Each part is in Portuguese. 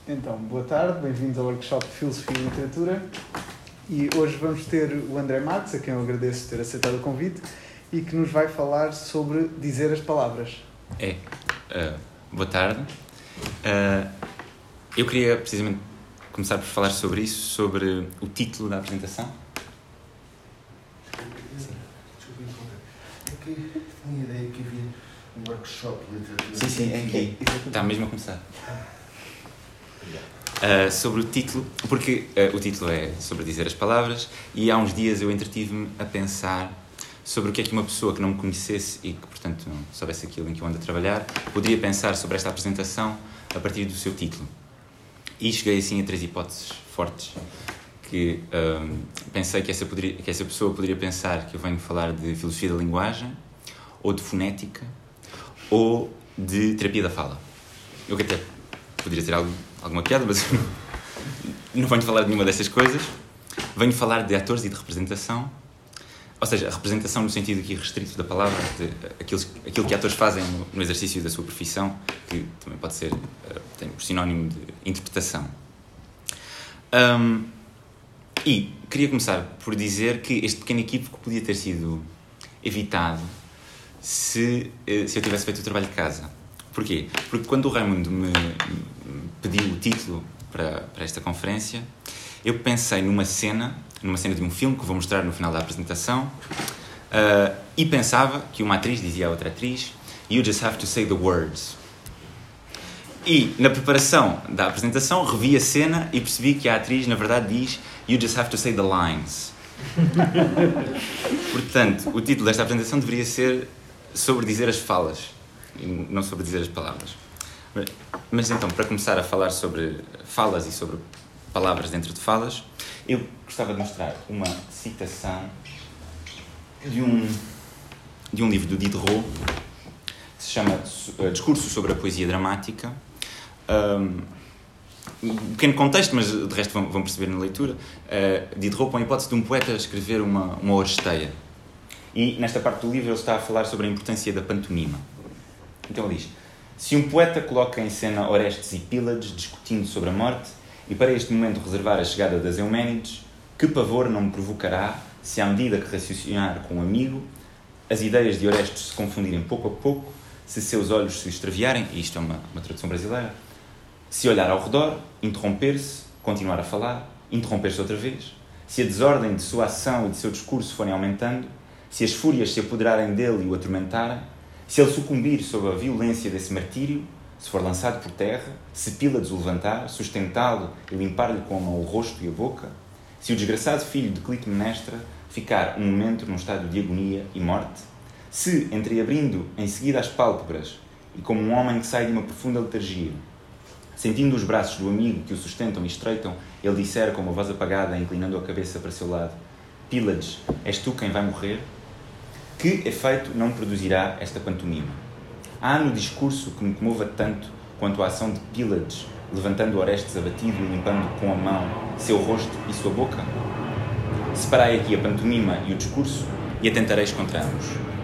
Então, boa tarde, bem-vindos ao workshop de Filosofia e Literatura. E hoje vamos ter o André Matos, a quem eu agradeço ter aceitado o convite, e que nos vai falar sobre dizer as palavras. Boa tarde. Eu queria precisamente começar por falar sobre isso, sobre o título da apresentação. Desculpe interromper. É que tinha a ideia que havia um workshop de literatura. Sim, é aqui. Está mesmo a começar. Sobre o título, porque o título é sobre dizer as palavras, e há uns dias eu entretive-me a pensar sobre o que é que uma pessoa que não me conhecesse e que, portanto, não soubesse aquilo em que eu ando a trabalhar, poderia pensar sobre esta apresentação a partir do seu título. E cheguei assim a 3 hipóteses fortes, que pensei que essa pessoa poderia pensar que eu venho falar de filosofia da linguagem, ou de fonética, ou de terapia da fala. Eu que até poderia ter alguma piada, mas não venho falar de nenhuma dessas coisas. Venho falar de atores e de representação, ou seja, a representação no sentido aqui restrito da palavra, de aquilo que atores fazem no exercício da sua profissão, que também pode ser, tem o sinónimo de interpretação. E queria começar por dizer que este pequeno equívoco podia ter sido evitado se eu tivesse feito o trabalho de casa. Porquê? Porque quando o Raimundo me pediu o título para esta conferência, eu pensei numa cena de um filme que vou mostrar no final da apresentação, e pensava que uma atriz dizia à outra atriz: "You just have to say the words." E na preparação da apresentação revi a cena e percebi que a atriz na verdade diz: "You just have to say the lines." Portanto, o título desta apresentação deveria ser sobre dizer as falas, e não sobre dizer as palavras. Mas então, para começar a falar sobre falas e sobre palavras dentro de falas, eu gostava de mostrar uma citação de um livro do Diderot, que se chama Discurso sobre a Poesia Dramática. Um pequeno contexto, mas de resto vão perceber na leitura. Diderot põe a hipótese de um poeta escrever uma Oresteia. E nesta parte do livro ele está a falar sobre a importância da pantomima. Então ele diz: se um poeta coloca em cena Orestes e Pílades discutindo sobre a morte, e para este momento reservar a chegada das Euménides, que pavor não me provocará se, à medida que raciocinar com um amigo, as ideias de Orestes se confundirem pouco a pouco, se seus olhos se extraviarem, e isto é uma tradução brasileira, se olhar ao redor, interromper-se, continuar a falar, interromper-se outra vez, se a desordem de sua ação e de seu discurso forem aumentando, se as fúrias se apoderarem dele e o atormentarem, se ele sucumbir sob a violência desse martírio, se for lançado por terra, se Pílades o levantar, sustentá-lo e limpar-lhe com a mão o rosto e a boca, se o desgraçado filho de Clitemnestra ficar um momento num estado de agonia e morte, se, entreabrindo em seguida as pálpebras e como um homem que sai de uma profunda letargia, sentindo os braços do amigo que o sustentam e estreitam, ele disser com uma voz apagada, inclinando a cabeça para seu lado: "Pílades, és tu quem vai morrer?" Que efeito não produzirá esta pantomima? Há no discurso que me comova tanto quanto a ação de Pílades, levantando Orestes abatido e limpando com a mão seu rosto e sua boca? Separai aqui a pantomima e o discurso e atentareis contra ambos.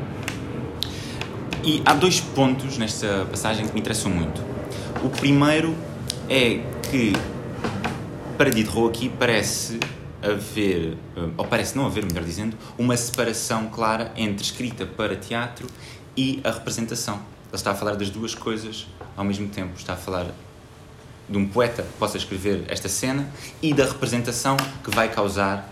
E há 2 pontos nesta passagem que me interessam muito. O primeiro é que, para Diderot aqui, parece haver, ou parece não haver, melhor dizendo, uma separação clara entre escrita para teatro e a representação. Ele está a falar das duas coisas ao mesmo tempo. Está a falar de um poeta que possa escrever esta cena e da representação que vai causar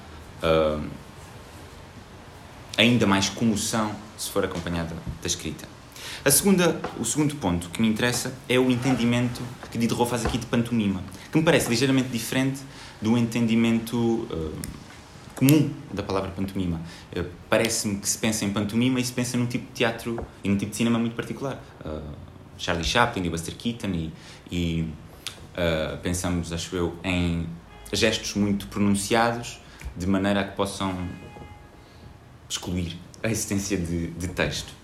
ainda mais comoção se for acompanhada da escrita. O segundo ponto que me interessa é o entendimento que Diderot faz aqui de pantomima, que me parece ligeiramente diferente do entendimento comum da palavra pantomima. Parece-me que se pensa em pantomima e se pensa num tipo de teatro e num tipo de cinema muito particular. Charlie Chaplin e Buster Keaton e pensamos, acho eu, em gestos muito pronunciados de maneira a que possam excluir a existência de texto.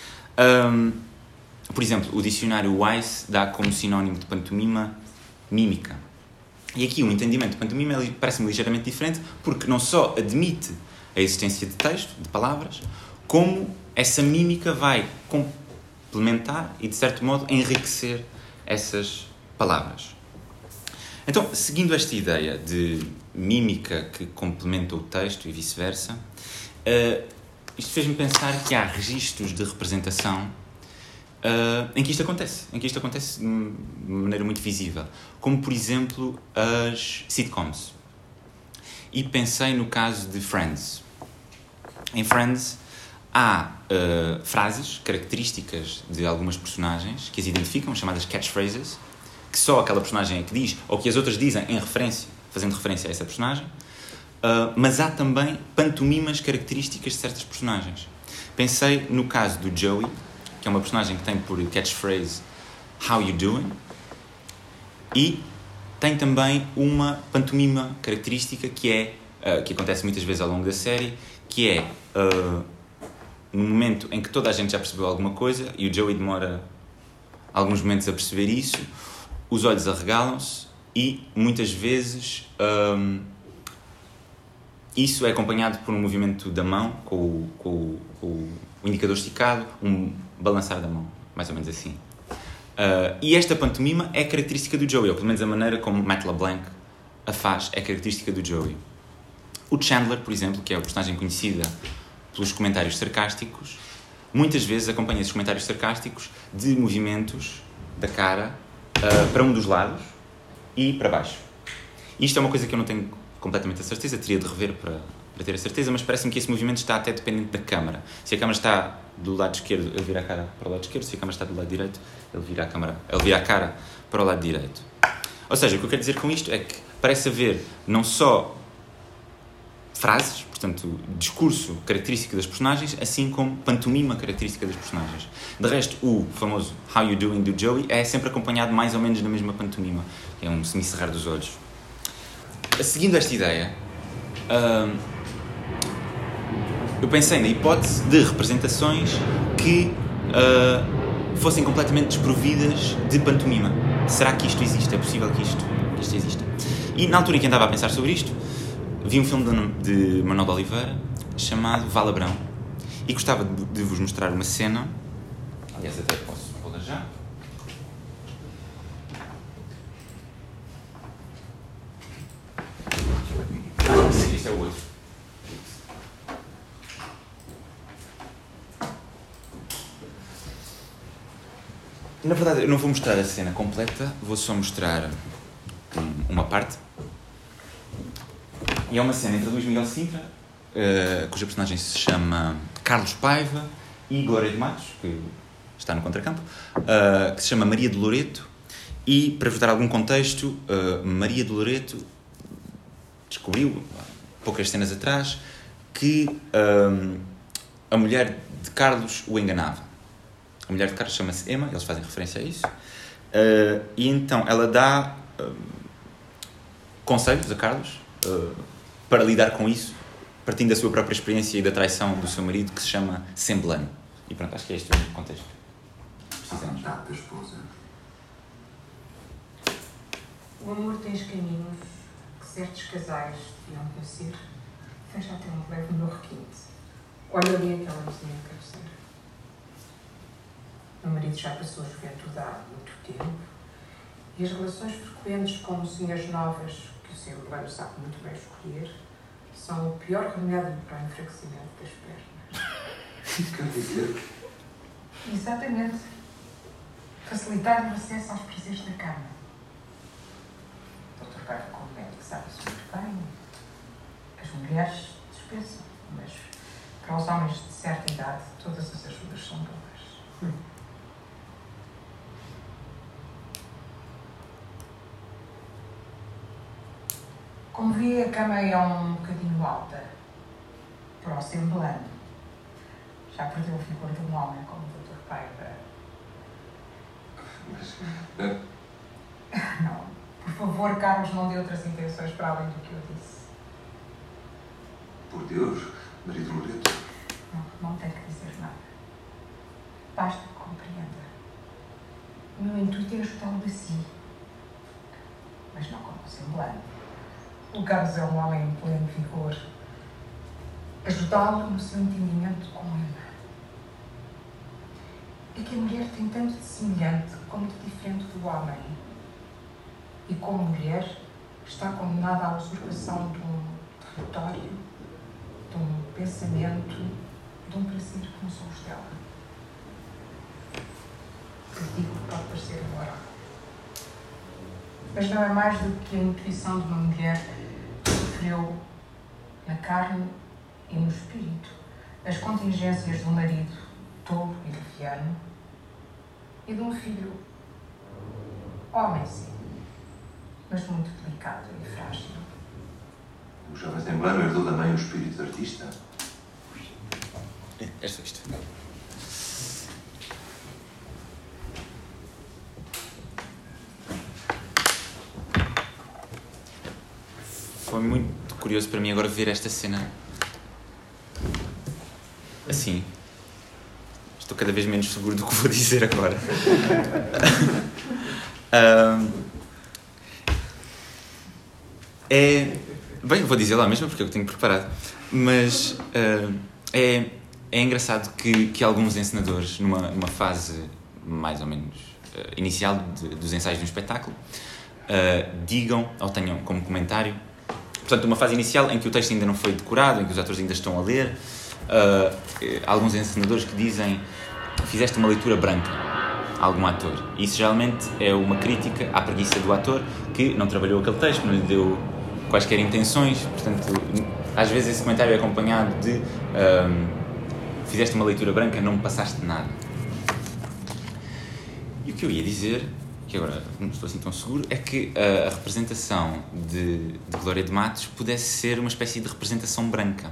Por exemplo, o dicionário Weiss dá como sinónimo de pantomima mímica. E aqui o entendimento de pantomima parece-me ligeiramente diferente, porque não só admite a existência de texto, de palavras, como essa mímica vai complementar e, de certo modo, enriquecer essas palavras. Então, seguindo esta ideia de mímica que complementa o texto e vice-versa, isto fez-me pensar que há registros de representação em que isto acontece de maneira muito visível, como por exemplo as sitcoms. E pensei no caso de Friends. Em Friends há frases características de algumas personagens que as identificam, chamadas catchphrases, que só aquela personagem é que diz, ou que as outras dizem fazendo referência a essa personagem, mas há também pantomimas características de certas personagens. Pensei no caso do Joey, que é uma personagem que tem por catchphrase How you doing? E tem também uma pantomima característica que acontece muitas vezes ao longo da série, que é no momento em que toda a gente já percebeu alguma coisa e o Joey demora alguns momentos a perceber isso, os olhos arregalam-se e muitas vezes isso é acompanhado por um movimento da mão com o indicador esticado, um balançar da mão, mais ou menos assim. E esta pantomima é característica do Joey, ou pelo menos a maneira como Matt LeBlanc a faz é característica do Joey. O Chandler, por exemplo, que é a personagem conhecida pelos comentários sarcásticos, muitas vezes acompanha esses comentários sarcásticos de movimentos da cara para um dos lados e para baixo. Isto é uma coisa que eu não tenho completamente a certeza, teria de rever para ter a certeza, mas parece-me que esse movimento está até dependente da câmara. Se a câmara está do lado esquerdo, ele vira a cara para o lado esquerdo; se a câmara está do lado direito, ele vira a cara para o lado direito. Ou seja, o que eu quero dizer com isto é que parece haver não só frases, portanto, discurso característico das personagens, assim como pantomima característica das personagens. De resto, o famoso How you doing do Joey é sempre acompanhado mais ou menos da mesma pantomima, que é um semicerrar dos olhos. Seguindo esta ideia, eu pensei na hipótese de representações que fossem completamente desprovidas de pantomima. Será que isto existe? É possível que isto exista? E na altura em que andava a pensar sobre isto, vi um filme de Manuel de Oliveira chamado Valabrão e gostava de vos mostrar uma cena. Aliás, até posso pô-la já. Sim, este é o outro. Na verdade, eu não vou mostrar a cena completa, vou só mostrar uma parte. E é uma cena entre Luís Miguel Sintra, cuja personagem se chama Carlos Paiva, e Glória de Matos, que está no contracampo, que se chama Maria de Loreto. E, para vos dar algum contexto, Maria de Loreto descobriu, poucas cenas atrás, que a mulher de Carlos o enganava. A mulher de Carlos chama-se Emma, eles fazem referência a isso. E então ela dá conselhos a Carlos para lidar com isso, partindo da sua própria experiência e da traição do seu marido, que se chama Semblano. E pronto, acho que é este o contexto. Precisamos. O amor tem os caminhos que certos casais deviam conhecer. Fecha até um leve no requinte. Olha ali aquela mesinha de cabeceira. O marido já passou a juventude há muito tempo e as relações frequentes com mocinhas novas, que o ser humano sabe muito bem escolher, são o pior remédio para o enfraquecimento das pernas. Quer dizer? Exatamente. Facilitar o acesso aos prazeres da cama. O Dr. Carlos, como médico, sabe isso muito bem. As mulheres dispensam, mas para os homens de certa idade, todas as ajudas são boas. Como vi, a cama é um bocadinho alta para o semblante. Já perdeu o vigor de um homem como o Dr. Paiva. Mas... Não. Por favor, Carlos, não dê outras intenções para além do que eu disse. Por Deus, Maria de Loreto. Não tem que dizer nada. Basta que compreenda. O meu intuito é ajudá-lo a si. Mas não como o semblante. O Carlos é um homem em pleno vigor. Ajudá-lo no seu entendimento com Emma. É que a mulher tem tanto de semelhante como de diferente do homem. E como mulher, está condenada à usurpação de um território, de um pensamento, de um prazer que não são os dela. Que digo que pode parecer imoral. Mas não é mais do que a intuição de uma mulher que sofreu na carne e no espírito as contingências de um marido tolo e leviano e de um filho, homem sim, mas muito delicado e frágil. O jovem Temblano herdou da mãe o espírito de artista. É só isto. Foi muito curioso para mim agora ver esta cena assim. Estou cada vez menos seguro do que vou dizer agora. Bem, vou dizer lá mesmo porque eu tenho preparado. Mas é engraçado que alguns encenadores, numa fase mais ou menos inicial dos ensaios de um espetáculo, digam ou tenham como comentário. Portanto, uma fase inicial em que o texto ainda não foi decorado, em que os atores ainda estão a ler, alguns encenadores que dizem fizeste uma leitura branca a algum ator. E isso geralmente é uma crítica à preguiça do ator que não trabalhou aquele texto, não lhe deu quaisquer intenções. Portanto, às vezes esse comentário é acompanhado de fizeste uma leitura branca, não me passaste nada. E o que eu ia dizer, que agora não estou assim tão seguro, é que a representação de Glória de Matos pudesse ser uma espécie de representação branca.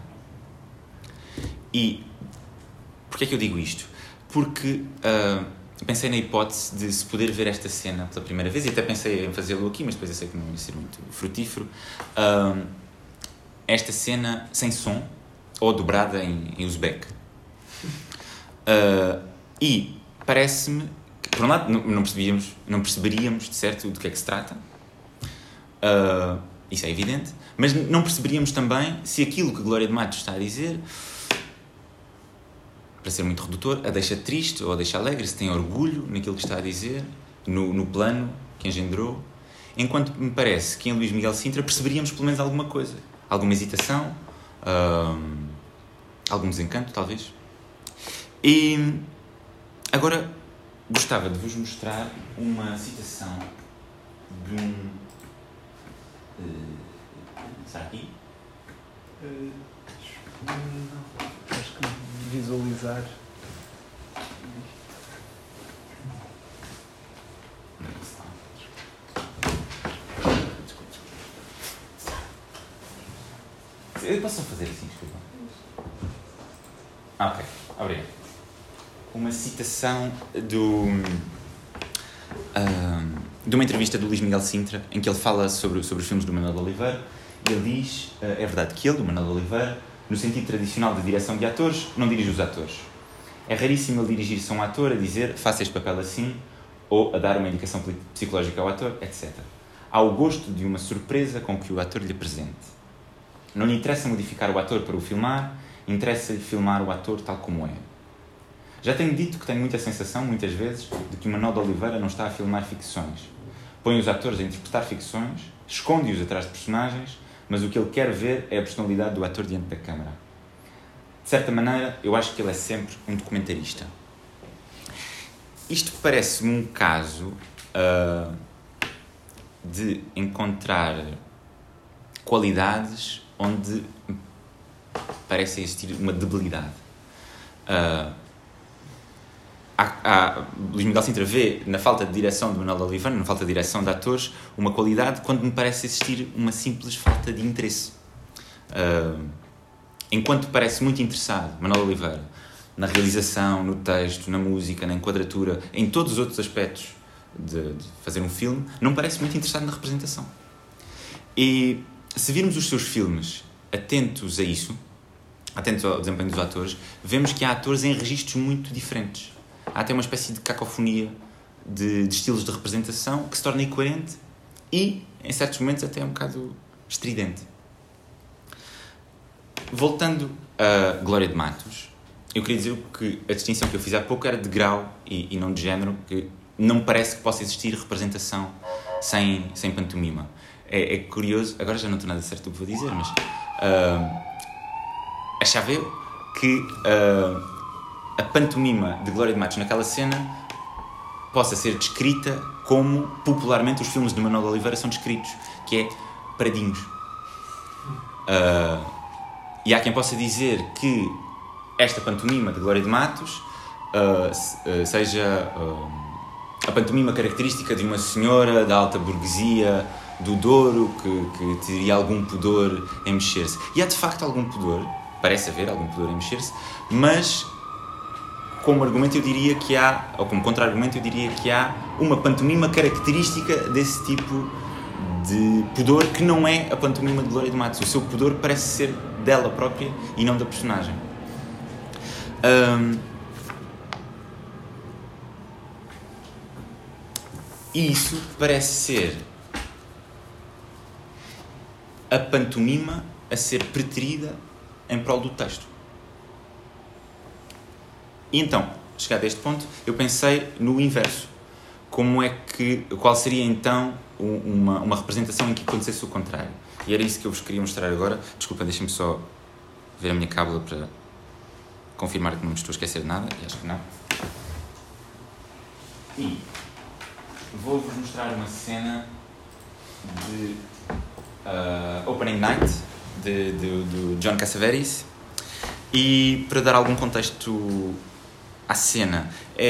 E porquê é que eu digo isto? Porque pensei na hipótese de se poder ver esta cena pela primeira vez, e até pensei em fazê-lo aqui, mas depois eu sei que não ia ser muito frutífero, esta cena sem som, ou dobrada em uzbek. E parece-me que, por um lado, não perceberíamos de certo do que é que se trata, isso é evidente, mas não perceberíamos também se aquilo que Glória de Matos está a dizer, para ser muito redutor, a deixa triste ou a deixa alegre, se tem orgulho naquilo que está a dizer, no plano que engendrou, enquanto me parece que em Luís Miguel Sintra perceberíamos pelo menos alguma coisa, alguma hesitação, algum desencanto, talvez. E agora gostava de vos mostrar uma citação de um... está aqui? Acho que visualizar. Eu posso só fazer assim, desculpa. Ok, obrigado. Uma citação de uma entrevista do Luís Miguel Sintra, em que ele fala sobre os filmes do Manuel de Oliveira. Ele diz, é verdade que ele, do Manuel de Oliveira, no sentido tradicional de direção de atores, não dirige os atores. É raríssimo ele dirigir-se a um ator a dizer faça este papel assim, ou a dar uma indicação psicológica ao ator, etc. Há o gosto de uma surpresa com que o ator lhe apresente. Não lhe interessa modificar o ator para o filmar, interessa-lhe filmar o ator tal como é. Já tenho dito que tenho muita sensação, muitas vezes, de que o Manuel de Oliveira não está a filmar ficções. Põe os atores a interpretar ficções, esconde-os atrás de personagens, mas o que ele quer ver é a personalidade do ator diante da câmara. De certa maneira, eu acho que ele é sempre um documentarista. Isto parece-me um caso de encontrar qualidades onde parece existir uma debilidade. Luís Miguel Sintra vê na falta de direção de Manuel de Oliveira, na falta de direção de atores, uma qualidade quando me parece existir uma simples falta de interesse. Enquanto parece muito interessado Manuel de Oliveira na realização, no texto, na música, na enquadratura, em todos os outros aspectos de fazer um filme, não parece muito interessado na representação. E se virmos os seus filmes atentos a isso, atentos ao desempenho dos atores, vemos que há atores em registros muito diferentes. Há até uma espécie de cacofonia de estilos de representação que se torna incoerente e, em certos momentos, até um bocado estridente. Voltando a Glória de Matos, eu queria dizer que a distinção que eu fiz há pouco era de grau e não de género, que não me parece que possa existir representação sem pantomima. é curioso, agora já não estou nada certo do que vou dizer, mas achava eu que a pantomima de Glória de Matos naquela cena possa ser descrita como popularmente os filmes de Manuel de Oliveira são descritos, que é paradinhos. E há quem possa dizer que esta pantomima de Glória de Matos seja a pantomima característica de uma senhora da alta burguesia do Douro que teria algum pudor em mexer-se. E há de facto algum pudor, parece haver algum pudor em mexer-se, mas como argumento eu diria que há, ou como contra-argumento eu diria que há uma pantomima característica desse tipo de pudor que não é a pantomima de Glória de Matos. O seu pudor parece ser dela própria e não da personagem. E isso parece ser a pantomima a ser preterida em prol do texto. E então, chegado a este ponto, eu pensei no inverso. Qual seria então uma representação em que acontecesse o contrário? E era isso que eu vos queria mostrar agora. Desculpa, deixem-me só ver a minha cábula para confirmar que não me estou a esquecer de nada. E acho que não. E vou-vos mostrar uma cena de Opening Night do John Cassavetes. E para dar algum contexto à cena,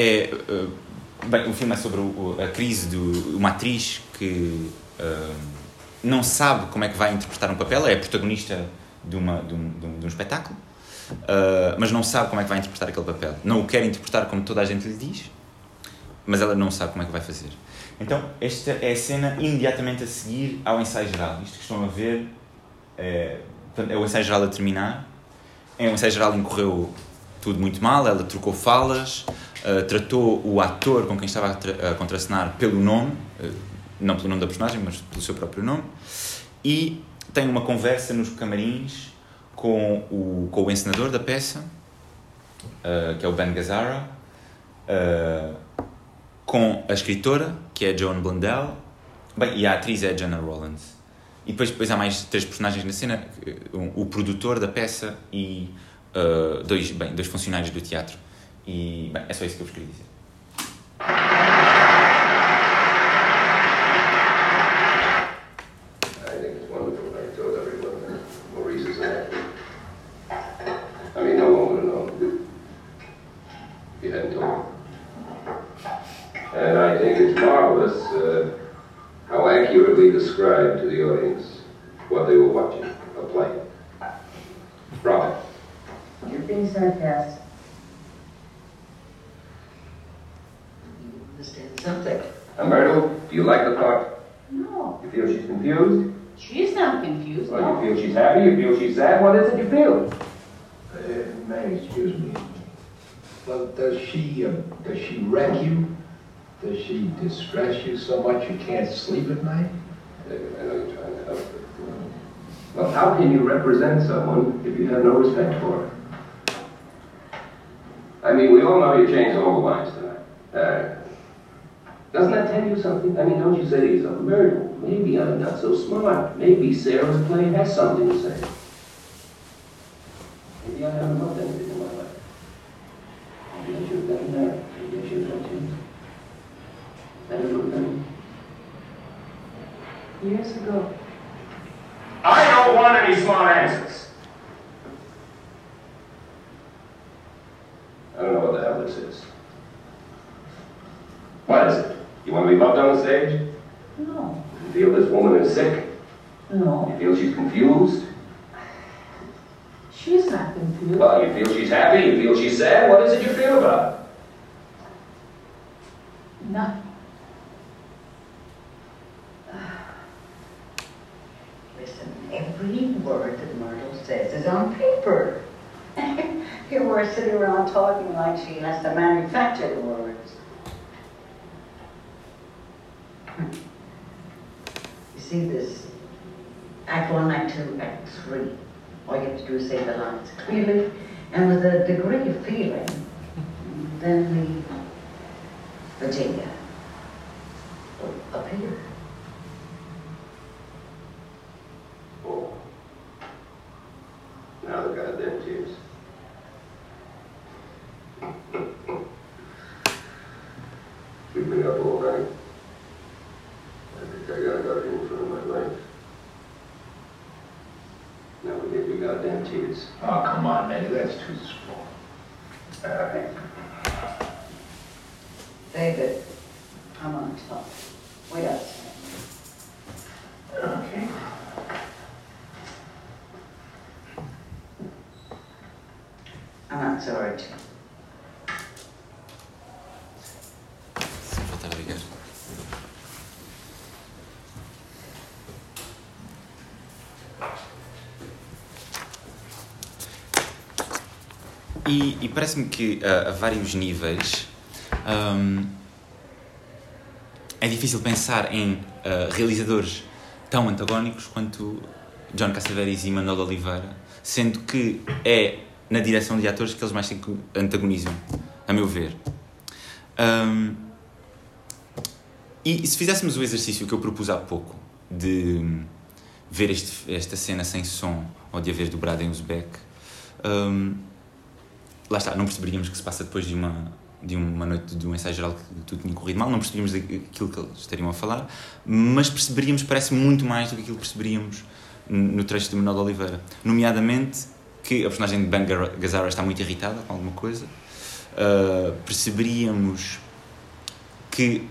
o filme é sobre a crise de uma atriz que não sabe como é que vai interpretar um papel. É a protagonista de um espetáculo, mas não sabe como é que vai interpretar aquele papel. Não o quer interpretar como toda a gente lhe diz, mas ela não sabe como é que vai fazer. Então, esta é a cena imediatamente a seguir ao ensaio geral. Isto que estão a ver é o ensaio geral a terminar. Em um ensaio geral incorreu tudo muito mal, ela trocou falas, tratou o ator com quem estava a contracenar pelo nome, não pelo nome da personagem, mas pelo seu próprio nome, e tem uma conversa nos camarins com o encenador da peça, que é o Ben Gazzara, com a escritora, que é a Joan Blundell, e a atriz é a Jenna Rollins. E depois há mais 3 personagens na cena, o produtor da peça e dois funcionários do teatro. E, é só isso que eu vos queria dizer. I think it's wonderful. I told everyone that Maurice is happy. I mean, no one would have known if you hadn't told. And I think it's marvelous how accurately described to the audience what they were watching, a play. Bravo. You're being sarcastic. You understand something? Myrtle, do you like the part? No. You feel she's confused? She's not confused. Or No. you feel she's happy? You feel she's sad? What is it you feel? May, excuse me. Well, does she wreck you? Does she distress you so much you can't sleep at night? I know you're trying to help, but... Well, how can you represent someone if you have no respect for her? I mean, we all know you changed all the lines tonight. Doesn't that tell you something? I mean, don't you say to yourself, Myrtle, maybe I'm not so smart. Maybe Sarah's play has something to say. Maybe I haven't loved anything in my life. Maybe I should have done that. Maybe I should have done things. That would have been Years ago. I don't want any smart answers. I don't know what the hell this is. What is it? You want to be loved on the stage? No. You feel this woman is sick? No. You feel she's confused? She's not confused. Well, you feel she's happy? You feel she's sad? What is it you feel about her? No. Listen, every word that Myrtle says is on paper. Here we're sitting around talking like she has to manufacture the words. You see this Act 1, Act 2, Act 3. All you have to do is say the lines clearly and with a degree of feeling. Then Virginia will appear. James. We've been up all night. I think I got about in front of my life. Now we get your goddamn tears. Oh, come on, man. That's too small. David, I'm on top. Wait up. Okay. I'm not sorry. Sem voltar a ligar. E parece-me que a vários níveis é difícil pensar em realizadores tão antagónicos quanto John Cassavetes e Manuel de Oliveira, sendo que é na direção de atores que eles mais se antagonizam, a meu ver. E se fizéssemos o exercício que eu propus há pouco, de ver esta cena sem som, ou de a ver dobrada em uzbek, lá está, não perceberíamos que se passa depois de uma noite de um ensaio geral que tudo tinha corrido mal, não perceberíamos aquilo que eles estariam a falar, mas perceberíamos, parece, muito mais do que aquilo que perceberíamos no trecho de Manuel de Oliveira, nomeadamente que a personagem de Ben Gazzara está muito irritada com alguma coisa, perceberíamos que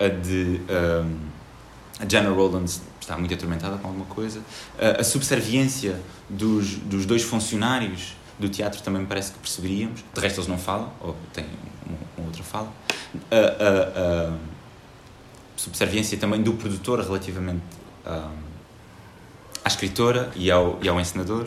a Jana Rowlands está muito atormentada com alguma coisa, a subserviência dos dois funcionários do teatro também me parece que perceberíamos, de resto eles não falam, ou têm uma outra fala, a subserviência também do produtor relativamente à escritora e ao encenador,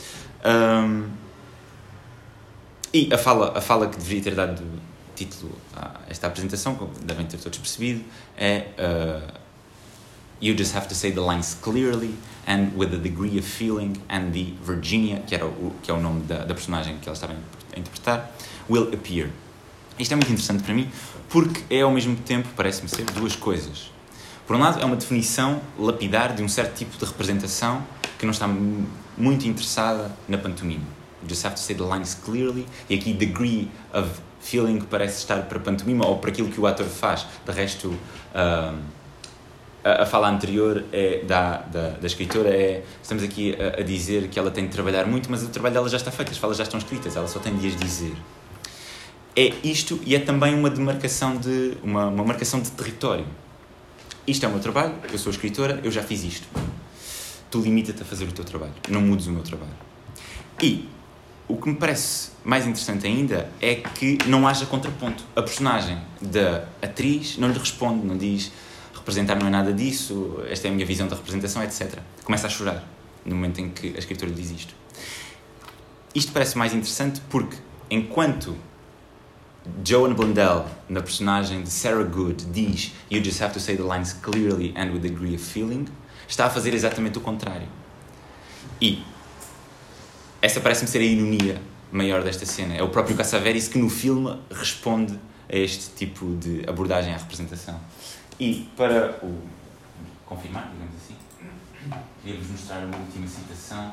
e a fala que deveria ter dado título a esta apresentação, como devem ter todos percebido, é You just have to say the lines clearly and with a degree of feeling, and the Virginia, que é o nome da personagem que ela estava a interpretar, will appear. Isto é muito interessante para mim porque é ao mesmo tempo, parece-me ser, duas coisas. Por um lado, é uma definição lapidar de um certo tipo de representação que não está muito interessada na pantomima. You just have to say the lines clearly, e aqui degree of feeling parece estar para pantomima ou para aquilo que o ator faz. De resto, a fala anterior da escritora estamos aqui a dizer que ela tem de trabalhar muito, mas o trabalho dela já está feito, as falas já estão escritas, ela só tem de as dizer. É isto, e é também uma demarcação uma marcação de território. Isto é o meu trabalho, eu sou escritora, eu já fiz isto. Tu limita-te a fazer o teu trabalho, não mudes o meu trabalho. E o que me parece mais interessante ainda é que não haja contraponto. A personagem da atriz não lhe responde, não diz representar não é nada disso, esta é a minha visão da representação, etc. Começa a chorar no momento em que a escritora diz isto. Isto parece mais interessante porque, enquanto Joan Blundell, na personagem de Sarah Good, diz You just have to say the lines clearly and with a degree of feeling, está a fazer exatamente o contrário. E essa parece-me ser a ironia maior desta cena. É o próprio Cassavetes que no filme responde a este tipo de abordagem à representação. E para o confirmar, digamos assim, queria-vos mostrar uma última citação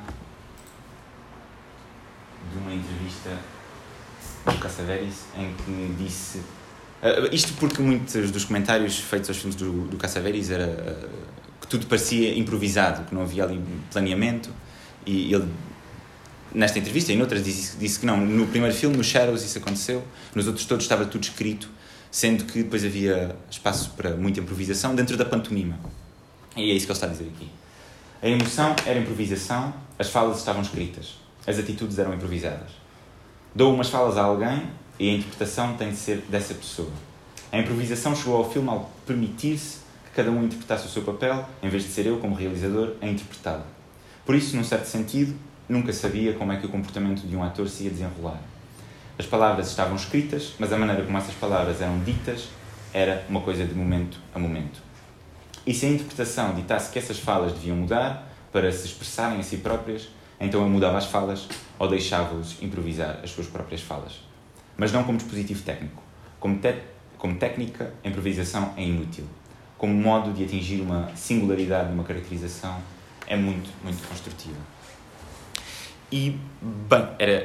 de uma entrevista do Cassavetes em que disse... isto porque muitos dos comentários feitos aos filmes do Cassavetes era que tudo parecia improvisado, que não havia ali planeamento, e ele, nesta entrevista e noutras, disse que não, no primeiro filme, no Shadows, isso aconteceu, nos outros todos estava tudo escrito, sendo que depois havia espaço para muita improvisação dentro da pantomima. E é isso que ele está a dizer aqui. A emoção era improvisação, as falas estavam escritas, as atitudes eram improvisadas. Dou umas falas a alguém e a interpretação tem de ser dessa pessoa. A improvisação chegou ao filme ao permitir-se que cada um interpretasse o seu papel, em vez de ser eu, como realizador, a interpretá-lo. Por isso, num certo sentido, nunca sabia como é que o comportamento de um ator se ia desenrolar. As palavras estavam escritas, mas a maneira como essas palavras eram ditas era uma coisa de momento a momento. E se a interpretação ditasse que essas falas deviam mudar para se expressarem a si próprias, então eu mudava as falas ou deixava-os improvisar as suas próprias falas. Mas não como dispositivo técnico. Como técnica, a improvisação é inútil. Como modo de atingir uma singularidade numa caracterização, é muito, muito construtiva. E, bem, era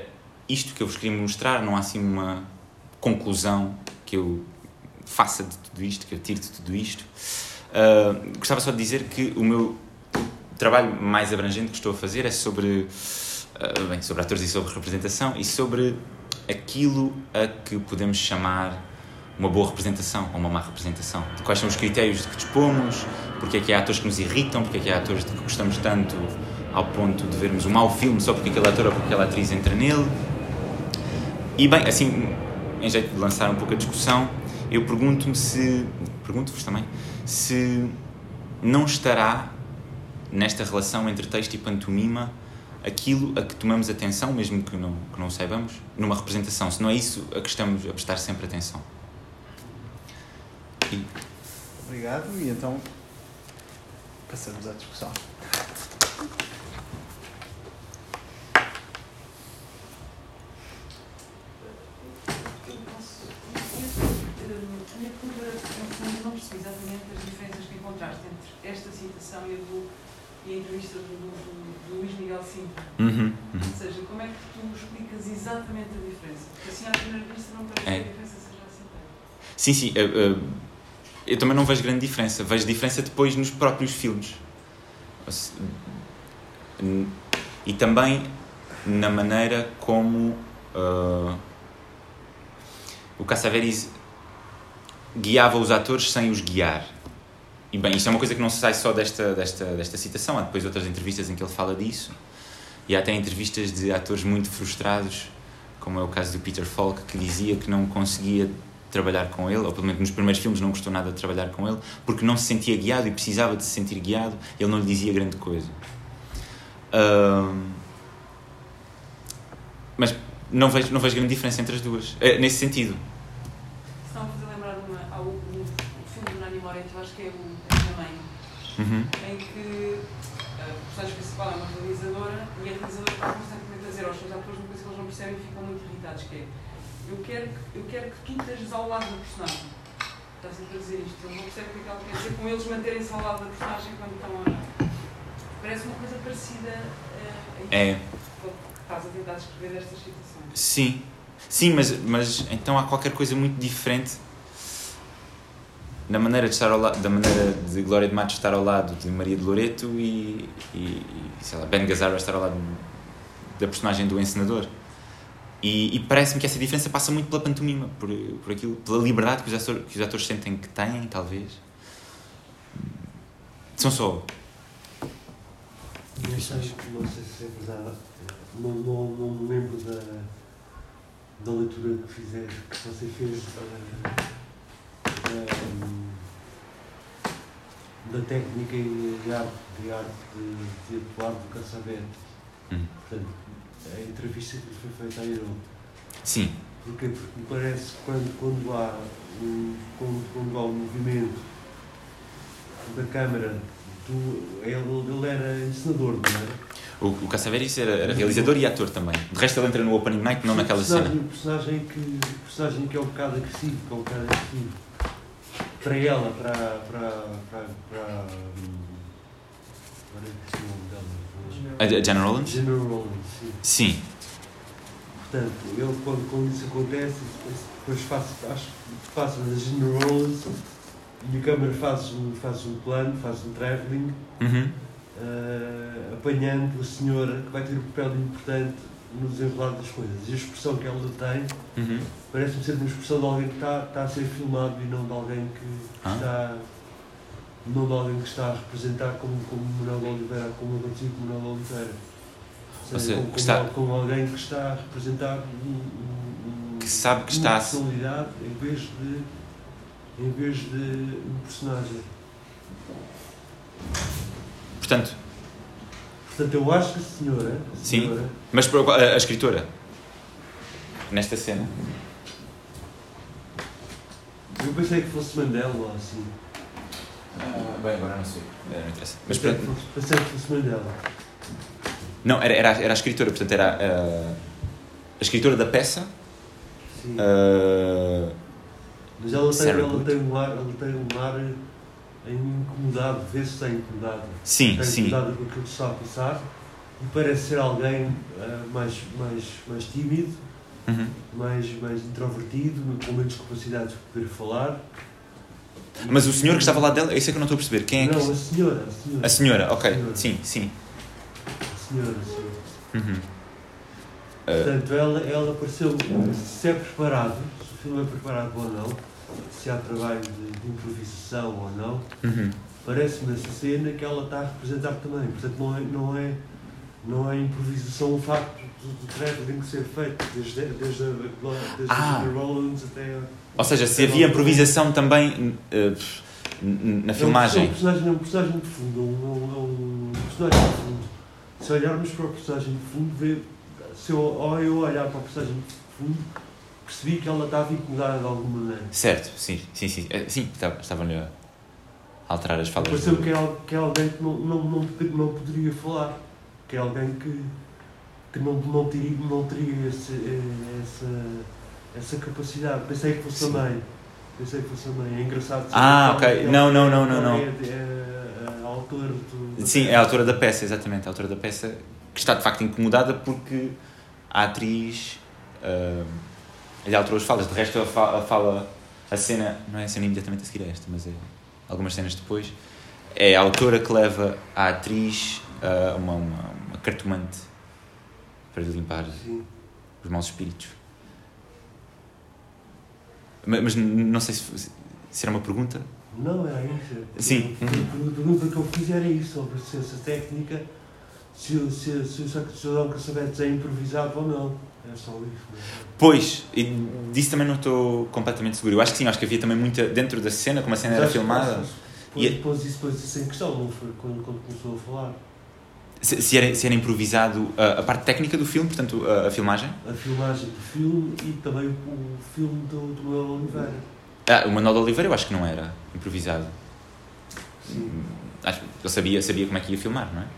isto que eu vos queria mostrar, não há assim uma conclusão que eu faça de tudo isto, que eu tire de tudo isto. Gostava só de dizer que o meu trabalho mais abrangente que estou a fazer é sobre atores e sobre representação e sobre aquilo a que podemos chamar uma boa representação ou uma má representação. De quais são os critérios de que dispomos, porque é que há atores que nos irritam, porque é que há atores de que gostamos tanto ao ponto de vermos um mau filme só porque aquele ator ou porque aquela atriz entra nele. E bem, assim, em jeito de lançar um pouco a discussão, eu pergunto-vos também, se não estará nesta relação entre texto e pantomima aquilo a que tomamos atenção, mesmo que não o saibamos, numa representação, se não é isso a que estamos a prestar sempre atenção. Obrigado, e então passamos à discussão. Não percebi exatamente as diferenças que encontraste entre esta citação e a entrevista do Luís Miguel Sintra. Ou seja, como é que tu explicas exatamente a diferença? Porque assim, à primeira vista, não parece que a diferença seja assim. Sim, eu também não vejo grande diferença. Vejo diferença depois nos próprios filmes. E também na maneira como o Cassavetes guiava os atores sem os guiar. E bem, isto é uma coisa que não sai só desta citação. Há depois outras entrevistas em que ele fala disso. E há até entrevistas de atores muito frustrados, como é o caso do Peter Falk, que dizia que não conseguia trabalhar com ele, ou pelo menos nos primeiros filmes não gostou nada de trabalhar com ele, porque não se sentia guiado e precisava de se sentir guiado, e ele não lhe dizia grande coisa. Mas não vejo grande diferença entre as duas, nesse sentido. Estão a fazer lembrar ao filme do Nanny Moretti, eu acho que é a minha mãe, em que a personagem principal é uma realizadora e a realizadora está constantemente a dizer aos seus atores uma coisa que eles não percebem e ficam muito irritados, que é: eu quero que tu estejas ao lado do personagem. Está sempre a dizer isto. Eles não percebem o que ela quer dizer com eles manterem-se ao lado da personagem quando estão a olhar. Parece uma coisa parecida a isso que estás a tentar descrever destas citações. Sim, mas então há qualquer coisa muito diferente na maneira de estar ao lado, da maneira de Glória de Matos estar ao lado de Maria de Loreto e sei lá, Ben Gazzara estar ao lado da personagem do encenador. E parece-me que essa diferença passa muito pela pantomima, por aquilo, pela liberdade que os atores sentem que têm, talvez. São só... Não sei se é verdade. Não me lembro da leitura que você fez da técnica de arte de atuar do Cassavetes. Portanto, a entrevista que foi feita a Iron. Sim. Porquê? Porque me parece que quando há um movimento da câmara, ele era encenador, não era? O Cassavetes era realizador e ator também. De resto ele entra no Opening Night, não naquela cena. O personagem que é um bocado agressivo, para ela, A Jenna Rollins? Jenna Rollins, sim. Portanto, ele quando isso acontece, depois passa a Jenna Rollins e a câmara faz um plano, faz um travelling, apanhando a senhora que vai ter um papel importante no desenrolar das coisas. E a expressão que ela tem parece-me ser uma expressão de alguém que está a ser filmado e não de alguém que está a representar como Manuel de Oliveira, como eu digo, Manuel de Oliveira. Ou seja, como alguém que está a representar que sabe que uma está personalidade em vez de um personagem. Portanto, eu acho que a senhora... Sim, mas a escritora, nesta cena... Eu pensei que fosse Mandela ou assim. Bem, agora não sei. Não interessa. Mas pensei que fosse Mandela. Não, era a escritora, portanto era a escritora da peça. Sim. Mas ela tem um ar incomodado, vê-se que está incomodado. Sim, está incomodada com aquilo que está a passar e parece ser alguém mais tímido, mais introvertido, com menos capacidade de poder falar. Mas o senhor que estava lá dela, isso é que eu não estou a perceber. Quem é que... Não, a senhora. A senhora, ok. A senhora. Sim. A senhora. Portanto, ela pareceu, se é preparado, se o filme é preparado ou não, se há trabalho de improvisação ou não, parece-me nessa cena que ela está a representar também. Portanto, não é improvisação o facto do traveling que ser feito, desde a Rollins até... Ou seja, se havia improvisação também na filmagem. É um personagem de fundo, um personagem de fundo. Se olharmos para o personagem de fundo, se eu olhar para o personagem de fundo, percebi que ela estava incomodada de alguma maneira. Certo, sim, estavam-lhe a alterar as falas. Pareceu que é alguém que não poderia falar, que é alguém que não teria essa capacidade. Pensei que fosse a mãe. É engraçado. Ok. Não. É a autora do... Sim, é a autora da peça, exatamente. A autora da peça que está de facto incomodada porque a atriz lhe alterou as falas. De resto, ela fala a cena, não é a cena imediatamente a seguir a esta, mas é algumas cenas depois. É a autora que leva a atriz uma cartomante para lhe limpar os maus espíritos. Mas não sei se era uma pergunta. Não, era isso. Sim. A pergunta que eu fiz era isso, sobre se essa técnica, se o cidadão que souber é improvisado ou não. É só isso. Pois, e disso também não estou completamente seguro. Eu acho que sim, acho que havia também muita dentro da cena, como a cena era filmada. Depois isso em questão, não foi quando começou a falar. Se era improvisado a parte técnica do filme, portanto, a filmagem? A filmagem do filme e também o filme do Manuel Oliveira. O Manuel Oliveira eu acho que não era improvisado. Sim. Ele sabia como é que ia filmar, não é?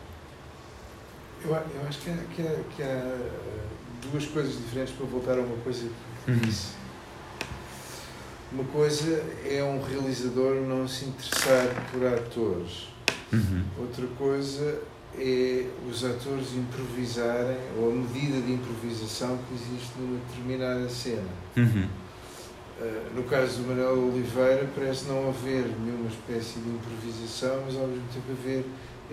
Eu acho que há duas coisas diferentes para voltar a uma coisa que disse. Uma coisa é um realizador não se interessar por atores. Outra coisa é os atores improvisarem, ou a medida de improvisação que existe numa determinada cena. No caso do Manuel Oliveira, parece não haver nenhuma espécie de improvisação, mas ao mesmo tempo haver,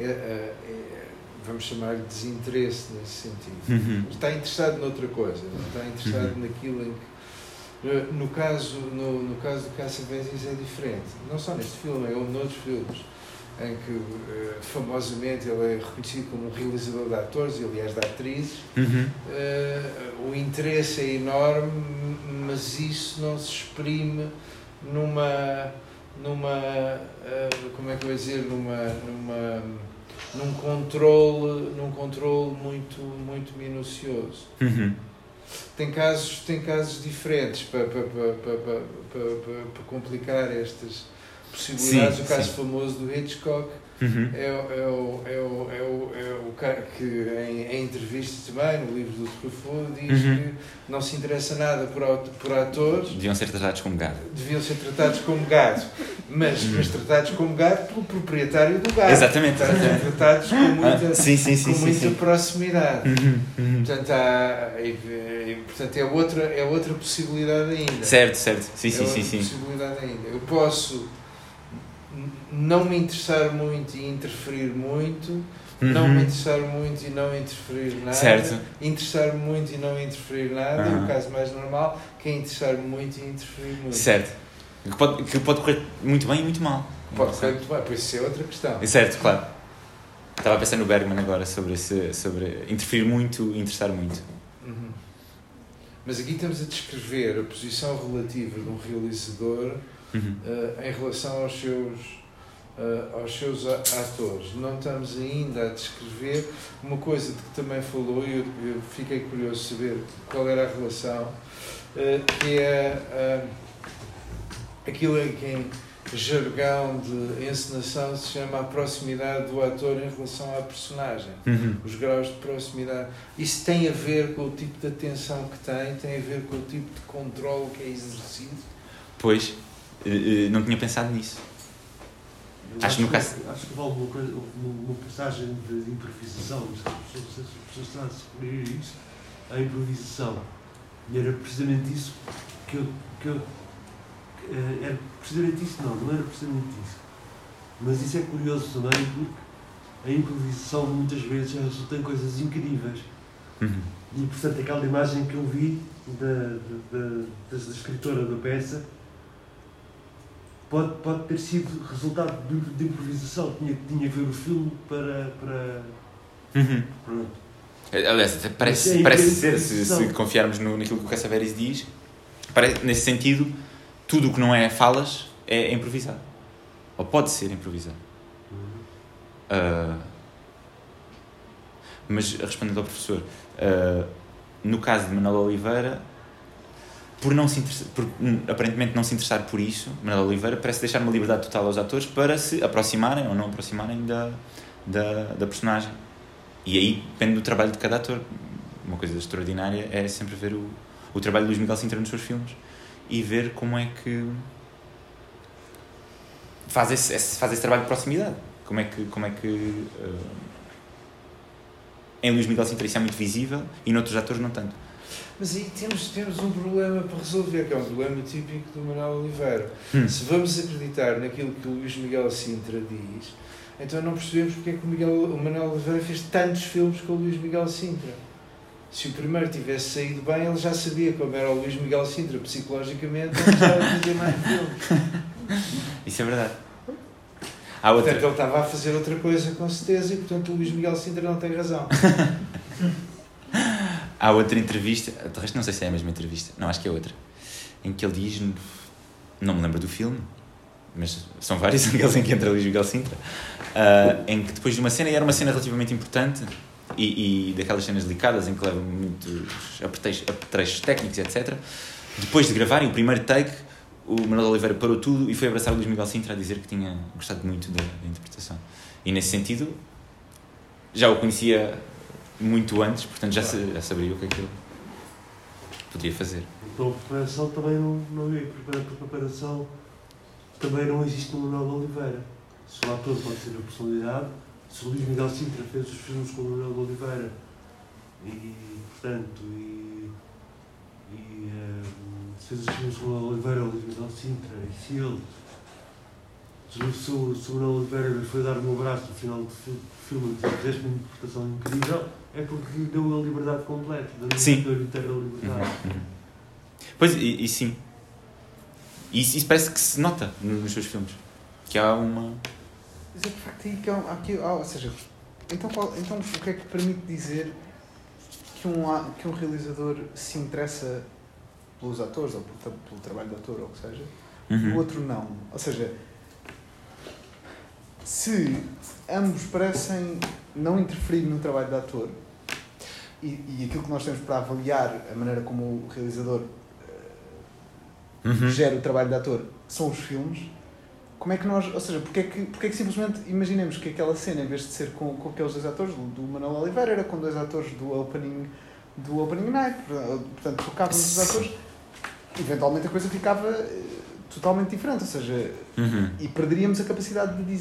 vamos chamar-lhe desinteresse nesse sentido. Está interessado noutra coisa, não está interessado naquilo em que... No caso do Cassavetes é diferente, não só neste filme, ou noutros filmes, em que famosamente ele é reconhecido como um realizador de atores e aliás de atrizes. O interesse é enorme, mas isso não se exprime numa como é que eu ia dizer, num controle muito minucioso. Tem casos diferentes para complicar estas possibilidades. O caso famoso do Hitchcock é o cara que em entrevistas também, no livro do Truffaut, diz que não se interessa nada por atores. Deviam ser tratados como gado. Mas tratados como gado pelo proprietário do gado. Exatamente. Tratados com muita proximidade. Portanto, é outra possibilidade ainda. Certo. Sim. Possibilidade ainda. Eu posso não me interessar muito e interferir muito, não me interessar muito e não interferir nada, certo. Interessar-me muito e não interferir nada, é o caso mais normal, que é interessar-me muito e interferir muito. Certo. Que pode correr muito bem e muito mal. Pode correr muito bem, pois isso é outra questão. Certo, claro. Estava a pensar no Bergman agora sobre interferir muito e interessar muito. Mas aqui estamos a descrever a posição relativa de um realizador em relação aos seus atores. Não estamos ainda a descrever uma coisa de que também falou, e eu fiquei curioso de saber qual era a relação, que é aquilo que em jargão de encenação se chama a proximidade do ator em relação à personagem. Os graus de proximidade. Isso tem a ver com o tipo de atenção que tem a ver com o tipo de controle que é exercido. Pois, não tinha pensado nisso. Acho que no caso... Acho que vale uma passagem de improvisação, se as pessoas estão a referir isso, a improvisação. E era precisamente isso que eu era precisamente isso, não era precisamente isso. Mas isso é curioso também, porque a improvisação muitas vezes resulta em coisas incríveis. E portanto aquela imagem que eu vi da escritora da peça pode ter sido resultado de improvisação. Tinha que ver o filme para pronto. Aliás, parece ser, se confiarmos naquilo que o Cassavetes diz, nesse sentido, tudo o que não é falas é improvisado. Ou pode ser improvisado. Mas, respondendo ao professor, no caso de Manuel Oliveira, por aparentemente não se interessar por isso, Manuel Oliveira parece deixar uma liberdade total aos atores para se aproximarem ou não aproximarem da personagem. E aí depende do trabalho de cada ator. Uma coisa extraordinária é sempre ver o trabalho de Luís Miguel Sintra nos seus filmes e ver como é que faz esse trabalho de proximidade. Como é que em Luís Miguel Sintra isso é muito visível e noutros atores não tanto. Mas aí temos um problema para resolver, que é um problema típico do Manuel Oliveira. Se vamos acreditar naquilo que o Luís Miguel Sintra diz, então não percebemos porque é que o Manuel Oliveira fez tantos filmes com o Luís Miguel Sintra. Se o primeiro tivesse saído bem, ele já sabia como era o Luís Miguel Sintra psicologicamente, ele já ia fazer mais filmes. Isso é verdade. Portanto, ele estava a fazer outra coisa com certeza e, portanto, o Luís Miguel Sintra não tem razão. Há outra entrevista, de resto não sei se é a mesma entrevista, não, acho que é outra, em que ele diz, não me lembro do filme, mas são vários aqueles em que entra Luís Miguel Sintra, em que depois de uma cena, e era uma cena relativamente importante, e daquelas cenas delicadas em que levam muitos apetrechos técnicos, etc. Depois de gravarem o primeiro take, o Manuel Oliveira parou tudo e foi abraçar o Luís Miguel Sintra a dizer que tinha gostado muito da interpretação. E nesse sentido, já o conhecia muito antes, portanto já saberia o que é que ele poderia fazer. Então a preparação também não é. A preparação também não existe no Manuel Oliveira. Se o ator pode ser a personalidade, se o Luís Miguel Sintra fez os filmes com o Manuel Oliveira e portanto se fez os filmes com o Manuel Oliveira, o Luís Miguel Sintra, e se ele se o Manuel Oliveira foi dar um abraço no final do filme e fez uma interpretação incrível, é porque lhe deu a liberdade completa, deu-lhe inteira liberdade. Pois, e sim. E isso parece que se nota nos seus filmes. Que há uma... Mas é de facto ou seja, então o que é que permite dizer que um realizador se interessa pelos atores, ou pelo trabalho do ator, ou o que seja, e o outro não? Ou seja, se ambos parecem não interferir no trabalho do ator, e aquilo que nós temos para avaliar a maneira como o realizador gera o trabalho do ator são os filmes, como é que nós, ou seja, porque é que simplesmente imaginemos que aquela cena, em vez de ser com aqueles dois atores, do Manuel Oliveira, era com dois atores do opening night, portanto tocávamos os atores, eventualmente a coisa ficava totalmente diferente, ou seja, e perderíamos a capacidade de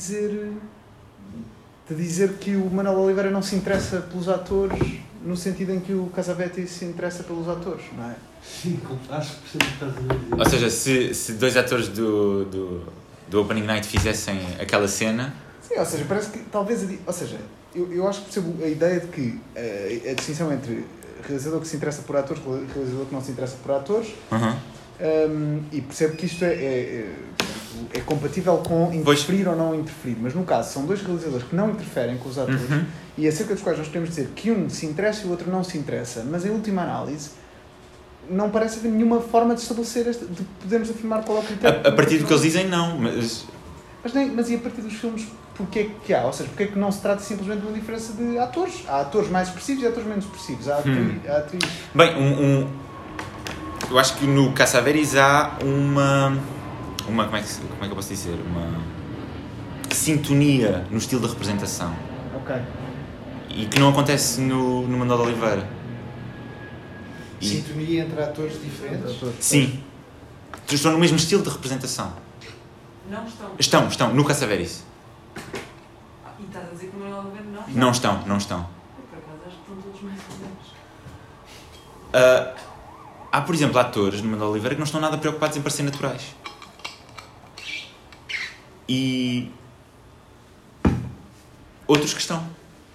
dizer que o Manuel Oliveira não se interessa pelos atores no sentido em que o Cassavetes se interessa pelos atores, não é? Sim, acho que percebo o que estás a dizer. Ou seja, se dois atores do Opening Night fizessem aquela cena... Sim, ou seja, parece que talvez... Ou seja, eu acho que percebo a ideia de que a distinção entre realizador que se interessa por atores e realizador que não se interessa por atores, e percebo que isto é compatível com interferir ou não interferir, mas no caso são dois realizadores que não interferem com os atores e acerca dos quais nós podemos dizer que um se interessa e o outro não se interessa, mas em última análise não parece haver nenhuma forma de estabelecer de podermos afirmar qual é o critério. A partir do que eles dizem, não, mas e a partir dos filmes, porque é que há? Ou seja, porque é que não se trata simplesmente de uma diferença de atores? Há atores mais expressivos e atores menos expressivos. Há atriz. Bem, eu acho que no Cassavetes há uma como é que eu posso dizer? Uma sintonia no estilo de representação. Ok. E que não acontece no Manuel Oliveira. Sintonia entre atores diferentes? Sim. Estão no mesmo estilo de representação. Não estão. Estão, no Cassavetes. Oliveira não? Não estão. Por acaso acho que estão todos mais ou menos. Há, por exemplo, atores no Manuel Oliveira que não estão nada preocupados em parecer naturais. E outros que estão.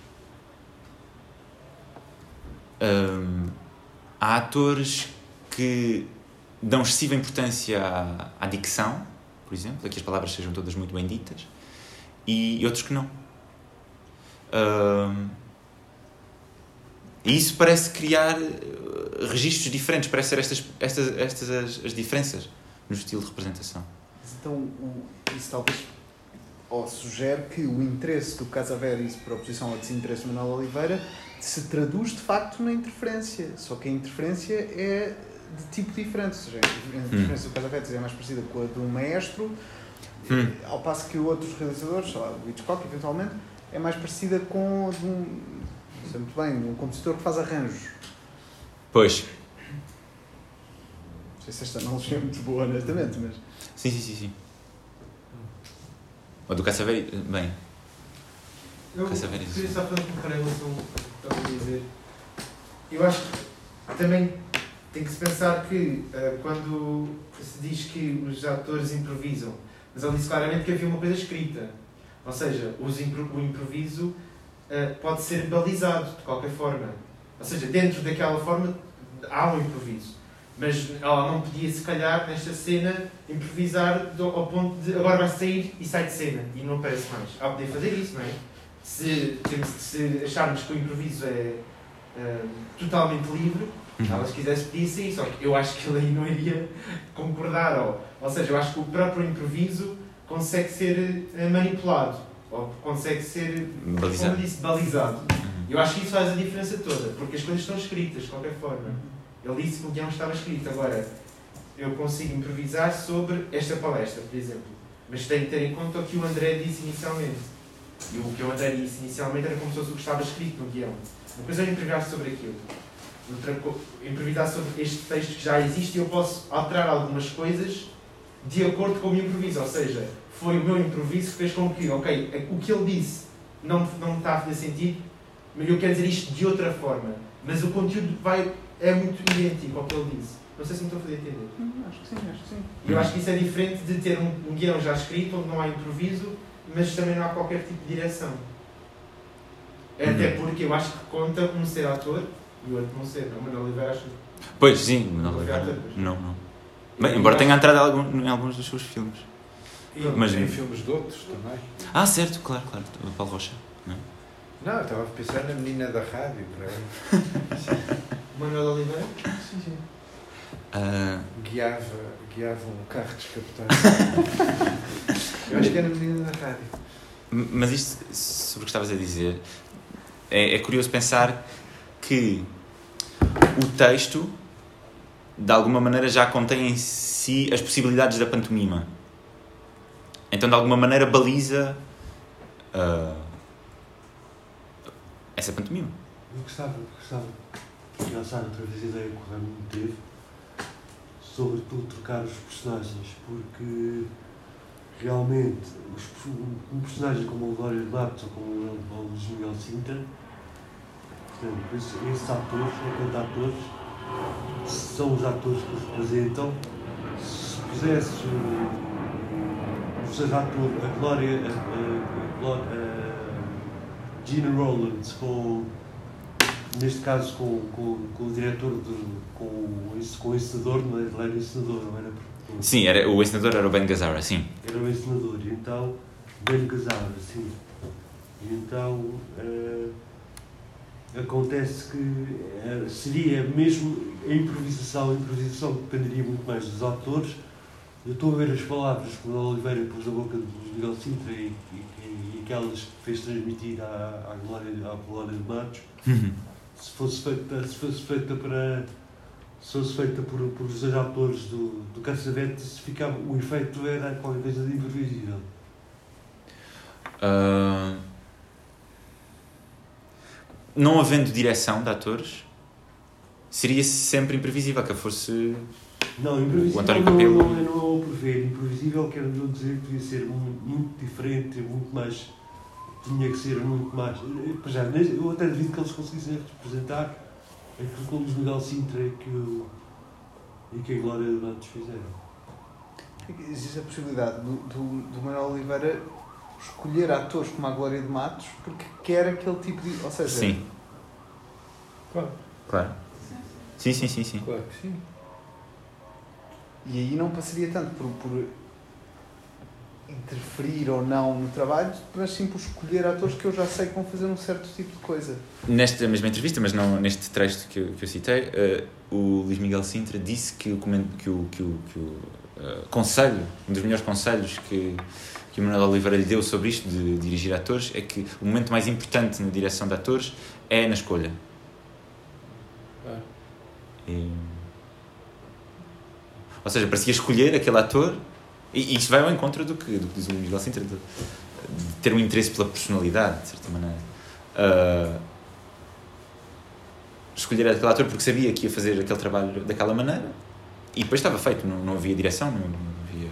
Há atores que dão excessiva importância à dicção, por exemplo, a que as palavras sejam todas muito bem ditas, e outros que não. E isso parece criar registros diferentes, parece ser estas as diferenças no estilo de representação. Então, isso talvez sugere que o interesse do Cassavetes por oposição ao desinteresse do Manuel Oliveira se traduz de facto na interferência, só que a interferência é de tipo diferente, ou seja, a interferência do Cassavetes é mais parecida com a de um maestro, ao passo que outros realizadores, sei lá, o Hitchcock eventualmente, é mais parecida com a de um, não sei muito bem, um compositor que faz arranjos. Pois. Não sei se esta analogia é muito boa, honestamente, mas... Sim. O do Cassavetes, bem... Eu queria só fazer um paralelo com o que estava a dizer. Eu acho que também tem que se pensar que quando se diz que os atores improvisam, mas ele disse claramente que havia uma coisa escrita. Ou seja, o improviso pode ser balizado de qualquer forma. Ou seja, dentro daquela forma há um improviso. Mas ela não podia, se calhar, nesta cena, improvisar ao ponto de agora vai sair e sai de cena e não aparece mais. Ela podia fazer isso, não é? Se acharmos que o improviso é totalmente livre, ela se quisesse podia sair, só que eu acho que ele aí não iria concordar. Ou seja, eu acho que o próprio improviso consegue ser manipulado, ou consegue ser, balizado. como eu disse, balizado. Eu acho que isso faz a diferença toda, porque as coisas estão escritas, de qualquer forma. Ele disse que o guião estava escrito. Agora, eu consigo improvisar sobre esta palestra, por exemplo, mas tenho que ter em conta o que o André disse inicialmente. E o que o André disse inicialmente era como se fosse o que estava escrito no guião. Uma coisa é improvisar sobre aquilo. Improvisar sobre este texto que já existe e eu posso alterar algumas coisas de acordo com o meu improviso. Ou seja, foi o meu improviso que fez com que, ok, o que ele disse não está a fazer sentido, mas eu quero dizer isto de outra forma. Mas o conteúdo é muito idêntico ao que ele disse. Não sei se me estou a fazer entender. Acho que sim. E eu acho que isso é diferente de ter um guião já escrito, onde não há improviso, mas também não há qualquer tipo de direção. Até porque eu acho que conta um ser ator e o outro não ser. O Manuel Oliveira acho. Pois, sim, o Manuel Oliveira. Não. Bem, embora tenha entrado em alguns dos seus filmes. Mas em filmes de outros também. Ah, certo, claro. O Paulo Rocha. Não, eu estava a pensar na menina da rádio. O Manuel Oliveira? Sim. Guiava um carro descapotado. Eu acho que era a menina da rádio. Mas isto, sobre o que estavas a dizer, é curioso pensar que o texto, de alguma maneira, já contém em si as possibilidades da pantomima. Então, de alguma maneira, baliza essa pantomima. Eu gostava de lançar outra vez a ideia que o Raimundo teve sobre tu trocar os personagens, porque realmente um personagem como o Glória de Matos ou como o Luís Miguel Sintra, portanto, esses atores, enquanto atores, são os atores que os representam. Se pusesse o seu ator, a Glória, Gina Rowlands, neste caso com o diretor, com o encenador, não é? Ele era encenador, não era? Sim, o encenador era o Ben Gazzara, sim. Era o encenador, e então, Ben Gazzara, sim. E então, acontece que seria mesmo a improvisação dependeria muito mais dos atores. Eu estou a ver as palavras que o Oliveira pôs na boca do Miguel Sintra e aquelas que fez transmitir à Glória de Matos. Se fosse feita por os dois atores do Cassavetes, o efeito era qualquer coisa de imprevisível. Não havendo direção de atores, seria sempre imprevisível que fosse não, imprevisível o António Capelo. Não prever. Imprevisível quero dizer que devia ser muito diferente, muito mais tinha que ser muito mais. Eu até devido que eles conseguissem representar aquilo que o Luís Miguel Sintra e que a Glória de Matos fizeram. Existe a possibilidade do Manuel Oliveira escolher atores como a Glória de Matos porque quer aquele tipo de... Ou seja... Sim. Claro. Sim. Claro que sim. E aí não passaria tanto por interferir ou não no trabalho, mas sim por escolher atores que eu já sei que vão fazer um certo tipo de coisa. Nesta mesma entrevista, mas não neste trecho que eu citei, o Luís Miguel Sintra disse que o conselho, um dos melhores conselhos que o Manuel Oliveira lhe deu sobre isto de dirigir atores é que o momento mais importante na direção de atores é na escolha. Ou seja, para se escolher aquele ator, e isto vai ao encontro do que diz o Luís Miguel Sintra, de ter um interesse pela personalidade, de certa maneira. Escolher aquele ator porque sabia que ia fazer aquele trabalho daquela maneira e depois estava feito, não havia direção, não havia...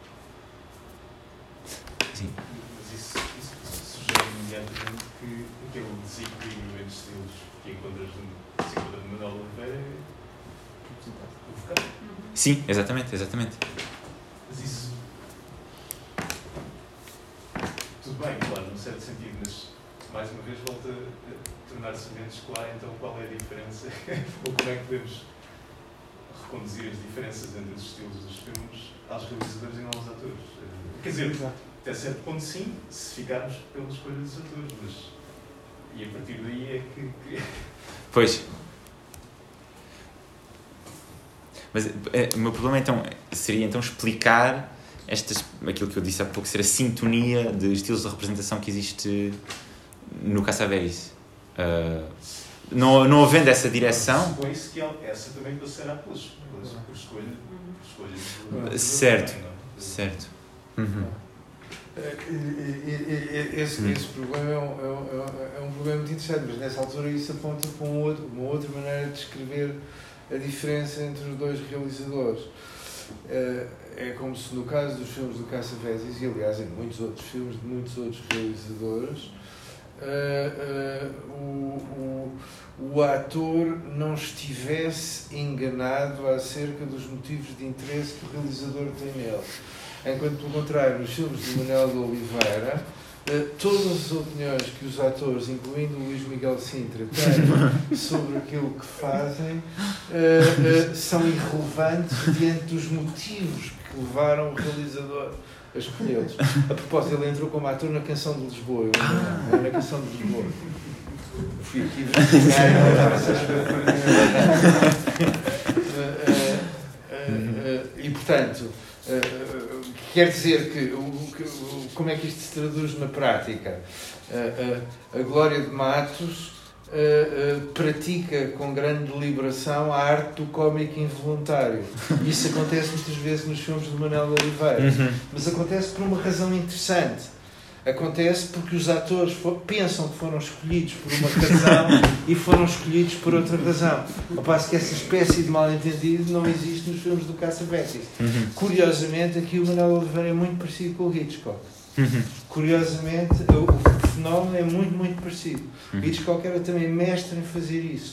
Sim. Mas isso sugere imediatamente que aquele desequilíbrio entre estilos que encontras no Ciclo de Manuel Oliveira é o vocal. Sim, exatamente. Mas isso... Tudo bem, claro, num certo sentido, mas mais uma vez volta a tornar-se menos claro então qual é a diferença ou como é que podemos reconduzir as diferenças entre os estilos dos filmes aos realizadores e não aos atores. Quer dizer, até certo ponto sim, se ficarmos pela escolha dos atores, mas e a partir daí é que... Pois. Mas o meu problema então seria então explicar aquilo que eu disse há pouco, ser a sintonia de estilos de representação que existe no Cassavetes. Não havendo essa direção... Supõe isso que essa também passará por escolha. Certo. Esse problema é um problema muito interessante, mas nessa altura isso aponta para uma outra maneira de descrever a diferença entre os dois realizadores. É como se no caso dos filmes do Cassavetes, e aliás em muitos outros filmes de muitos outros realizadores, o ator não estivesse enganado acerca dos motivos de interesse que o realizador tem nele. Enquanto, pelo contrário, nos filmes de Manuel de Oliveira, todas as opiniões que os atores, incluindo o Luís Miguel Sintra, têm sobre aquilo que fazem são irrelevantes diante dos motivos que levaram o realizador a escolhê-los. A propósito, ele entrou como ator na Canção de Lisboa. Na Canção de Lisboa. Fui aqui e, portanto, quer dizer que como é que isto se traduz na prática? A Glória de Matos pratica com grande deliberação a arte do cómico involuntário. Isso acontece muitas vezes nos filmes de Manuel de Oliveira, mas acontece por uma razão interessante. Acontece porque os atores pensam que foram escolhidos por uma razão e foram escolhidos por outra razão. Ao passo que essa espécie de mal-entendido não existe nos filmes do Cassavetes. Curiosamente, aqui o Manuel Oliveira é muito parecido com o Hitchcock. Curiosamente, o fenómeno é muito, muito parecido. O Hitchcock era também mestre em fazer isso.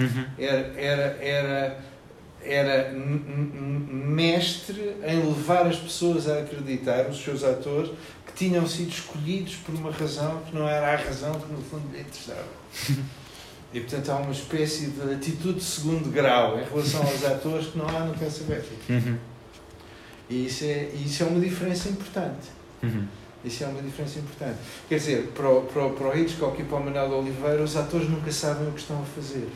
Era mestre em levar as pessoas a acreditar, os seus atores, que tinham sido escolhidos por uma razão que não era a razão que no fundo lhe interessava. E portanto há uma espécie de atitude de segundo grau em relação aos atores que não há no Cassavetes. E isso é uma diferença importante. Isso é uma diferença importante. Quer dizer, para o Hitchcock e para o Manuel de Oliveira, os atores nunca sabem o que estão a fazer.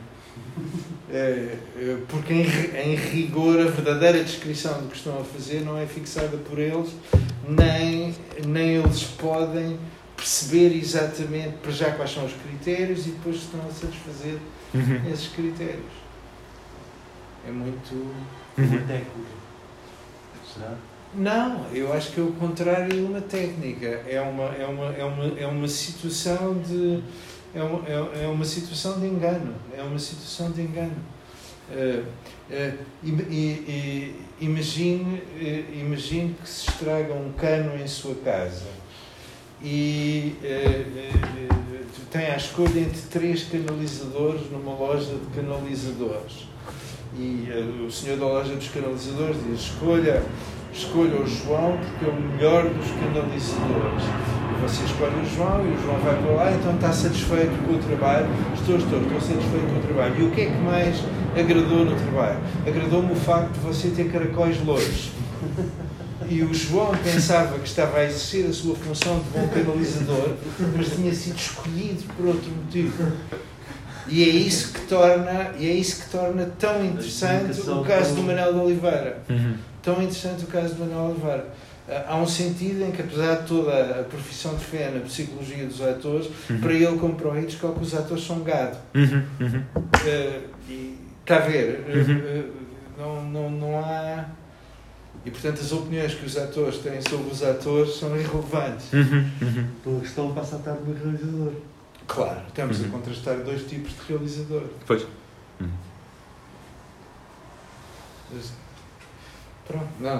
Porque em rigor a verdadeira descrição do que estão a fazer não é fixada por eles, nem eles podem perceber exatamente para já quais são os critérios e depois estão a satisfazer esses critérios. É muito... Uma técnica. Será? Não, eu acho que é o contrário de uma técnica. É uma situação de... É uma situação de engano. É uma situação de engano. Imagine que se estraga um cano em sua casa e tem a escolha entre 3 canalizadores numa loja de canalizadores. E o senhor da loja dos canalizadores diz: escolha o João porque é o melhor dos canalizadores. E você escolhe o João e o João vai para lá, então está satisfeito com o trabalho. Estou satisfeito com o trabalho. E o que é que mais agradou no trabalho? Agradou-me o facto de você ter caracóis louros. E o João pensava que estava a exercer a sua função de bom canalizador, mas tinha sido escolhido por outro motivo. E é isso que torna tão interessante o caso do Manuel de Oliveira. Tão interessante o caso do Manuel de Oliveira. Há um sentido em que, apesar de toda a profissão de fé na psicologia dos atores, para ele, como para o Hitchcock, os atores são gado. Está a ver? Não há... E, portanto, as opiniões que os atores têm sobre os atores são irrelevantes. Então a questão passa a estar no realizador. Claro, estamos a contrastar 2 tipos de realizador. Pois. Pronto, não.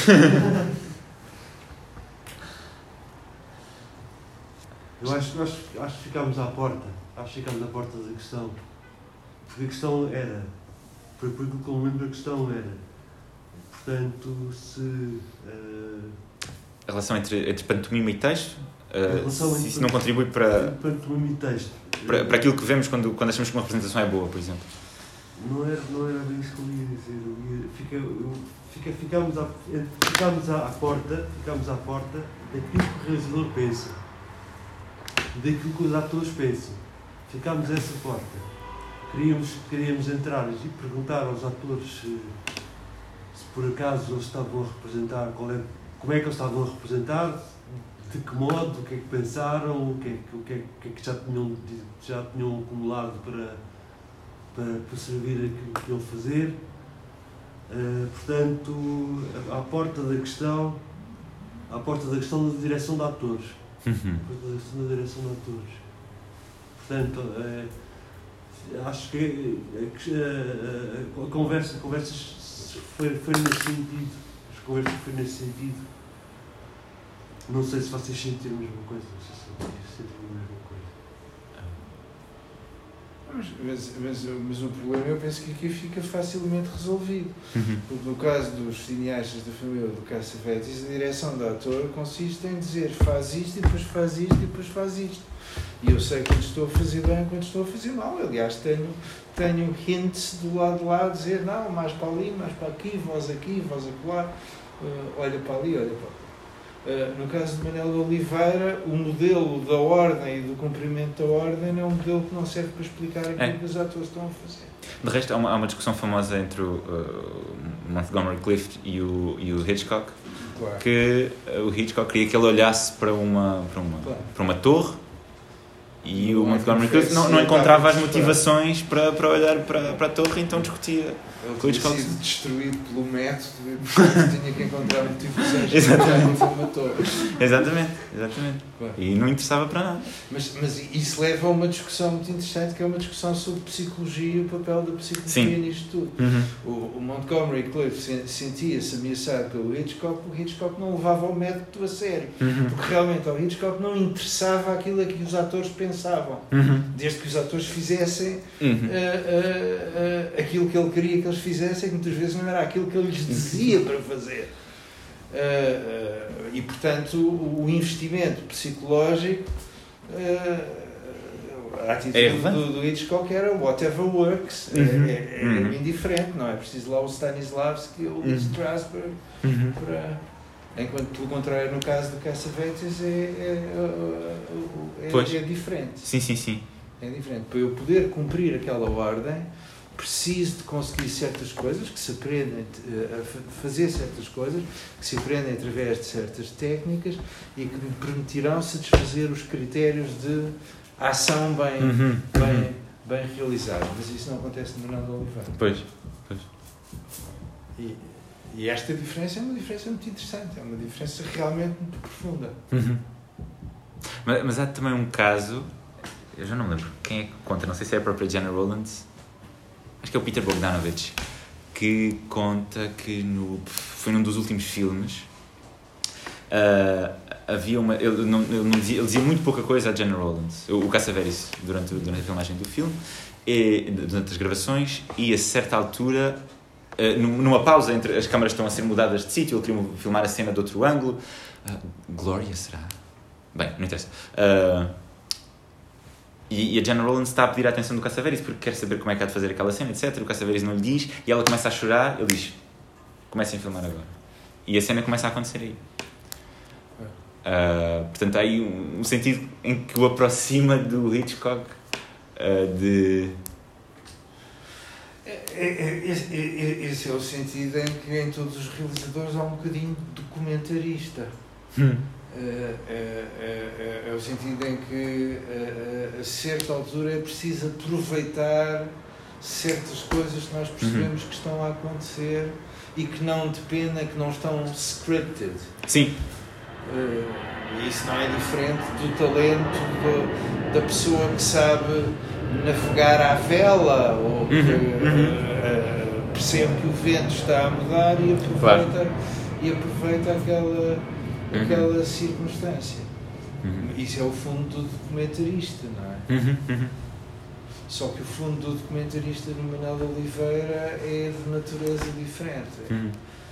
Eu acho que ficámos à porta. Acho que ficámos à porta da questão. Porque a questão era... Porque o que eu lembro, a questão era... Portanto, se... A relação entre pantomima e texto, se isso não contribui para... Pantomima e texto. Para aquilo que vemos quando achamos que uma representação é boa, por exemplo. Não era bem isso que eu ia dizer. Ficámos à porta daquilo que o realizador pensa. Daquilo que os atores pensam. Ficámos a essa porta. Queríamos entrar e perguntar aos atores se por acaso eles estavam a representar, como é que eles estavam a representar, de que modo, o que é que pensaram, o que é que já tinham acumulado para servir aquilo que iam fazer. Portanto, à porta da questão da direção de atores. Portanto, acho que a conversa foi nesse sentido. As conversas foi nesse sentido. Não sei se vocês sentiram a mesma coisa. Não sei se vocês sentiram a mesma coisa. Mas o problema, eu penso que aqui fica facilmente resolvido. Porque no caso dos cineastas da família do Cassavetes, a direção do ator consiste em dizer: faz isto, e depois faz isto, e depois faz isto. E eu sei quando estou a fazer bem, quando estou a fazer mal. Aliás, tenho hints do lado de lá a dizer: não, mais para ali, mais para aqui, voz acolá, olha para ali, olha para ali. No caso de Manuel de Oliveira, o modelo da ordem e do cumprimento da ordem é um modelo que não serve para explicar aquilo que os atores estão a fazer. De resto, há uma discussão famosa entre o Montgomery Clift e o Hitchcock, claro, que o Hitchcock queria que ele olhasse para uma torre, e o Montgomery Clift não encontrava as motivações para olhar para a torre, então discutia. Ele tinha sido destruído pelo método e, portanto, tinha que encontrar motivações para uma torre. Exatamente. Claro. E não interessava para nada. Mas isso leva a uma discussão muito interessante, que é uma discussão sobre psicologia e o papel da psicologia nisto tudo. O Montgomery Clift sentia-se ameaçado pelo Hitchcock, porque o Hitchcock não levava o método a sério. Porque realmente ao Hitchcock não interessava aquilo a que os atores pensavam. Desde que os atores fizessem aquilo que ele queria que eles fizessem, que muitas vezes não era aquilo que ele lhes dizia para fazer. E, portanto, o investimento psicológico, a atitude do Hitchcock era whatever works, é indiferente, não é preciso lá o Stanislavski ou o Strasberg para... Enquanto, pelo contrário, no caso do Cassavetes é diferente. Sim. É diferente. Para eu poder cumprir aquela ordem, preciso de conseguir certas coisas, que se aprendem a fazer certas coisas, que se aprendem através de certas técnicas e que me permitirão satisfazer os critérios de ação bem realizada. Mas isso não acontece no Manuel de Oliveira. Pois. E esta diferença é uma diferença muito interessante, é uma diferença realmente muito profunda. Mas há também um caso, eu já não lembro quem é que conta, não sei se é a própria Gena Rowlands, acho que é o Peter Bogdanovich, que conta que foi num dos últimos filmes, havia uma... Ele dizia muito pouca coisa a Gena Rowlands, o Cassavetes, durante a filmagem do filme, durante as gravações, e a certa altura, numa pausa entre as câmaras estão a ser mudadas de sítio, ele queria filmar a cena de outro ângulo. Gloria, será? Bem, não interessa. E a Gena Rowlands está a pedir a atenção do Cassavetes porque quer saber como é que há de fazer aquela cena, etc. O Cassavetes não lhe diz e ela começa a chorar. Ele diz: comecem a filmar agora. E a cena começa a acontecer aí. Portanto, há aí um sentido em que o aproxima do Hitchcock de... Esse é o sentido em que em todos os realizadores há um bocadinho documentarista. É o sentido em que a certa altura é preciso aproveitar certas coisas que nós percebemos que estão a acontecer e que não dependem, que não estão scripted. Sim. E isso não é diferente do talento da pessoa que sabe navegar à vela ou que percebe que o vento está a mudar e aproveita aquela circunstância. Isso é o fundo do documentarista, não é? Só que o fundo do documentarista no Manuel de Oliveira é de natureza diferente.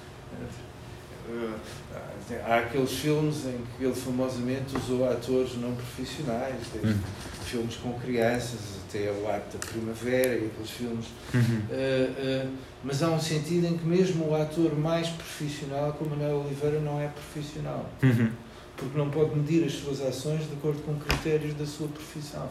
Há aqueles filmes em que ele famosamente usou atores não profissionais, desde filmes com crianças até o Arte da Primavera e aqueles filmes. Mas há um sentido em que mesmo o ator mais profissional, como Manuel Oliveira, não é profissional. Porque não pode medir as suas ações de acordo com critérios da sua profissão.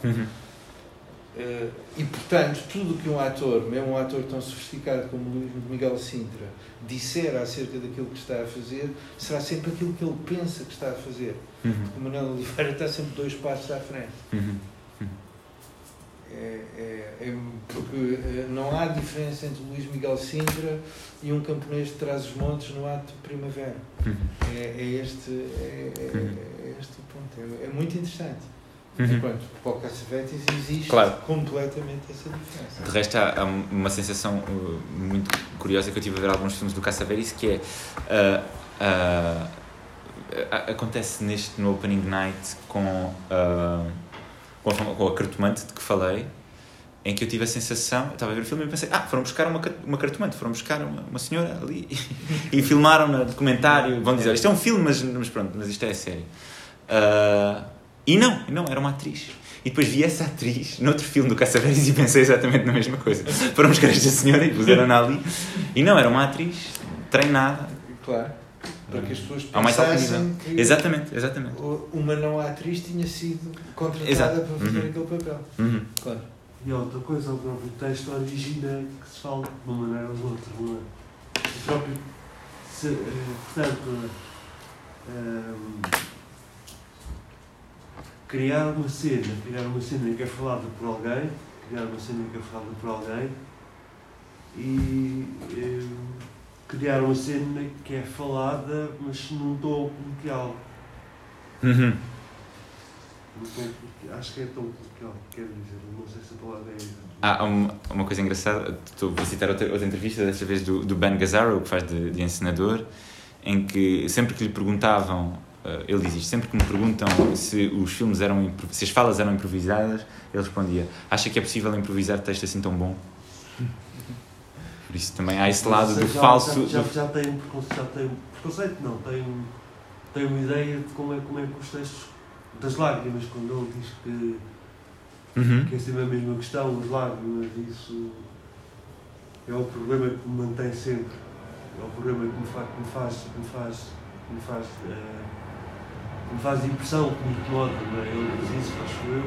E portanto, tudo o que um ator, mesmo um ator tão sofisticado como Luís Miguel Sintra, disser acerca daquilo que está a fazer, será sempre aquilo que ele pensa que está a fazer. Porque o Manuel Oliveira está sempre 2 passos à frente. Porque não há diferença entre Luís Miguel Sintra e um camponês de Trás-os-Montes no Ato de Primavera. É este o ponto. É muito interessante. Enquanto para o Cassavetes existe completamente essa diferença. De resto, há uma sensação muito curiosa que eu tive a ver alguns filmes do Cassavetes, que é acontece no Opening Night com a cartomante de que falei, em que eu tive a sensação, eu estava a ver o filme e pensei, foram buscar uma cartomante, foram buscar uma senhora ali e filmaram no documentário, vão dizer, isto é um filme, mas pronto, mas isto é sério. E não, era uma atriz. E depois vi essa atriz noutro filme do Cassavetes e pensei exatamente na mesma coisa. Foram buscar esta senhora e puseram-na ali. E não, era uma atriz treinada. Claro. Para que as pessoas pensassem que exatamente. uma não atriz tinha sido contratada para fazer aquele papel. Claro. E outra coisa, o próprio texto origina que se fala de uma maneira ou de outra, não é? O próprio... portanto... criar uma cena que é falada por alguém, e criar uma cena que é falada, mas num tom coloquial. Acho que é tão coloquial, quer dizer, não sei se a palavra é... Há uma coisa engraçada, estou a citar outra entrevista, desta vez do Ben Gazzaro, que faz de encenador, em que sempre que lhe perguntavam, ele diz isto, sempre que me perguntam se as falas eram improvisadas, ele respondia: acha que é possível improvisar texto assim tão bom? Por isso também há esse lado do falso... Já tem um preconceito, não, tem uma ideia de como é que os textos das lágrimas, quando ele diz que é sempre a mesma questão, as lágrimas, isso é o problema que me mantém sempre, é o problema que me faz impressão, que me incomoda, não é? Ele diz isso, acho eu.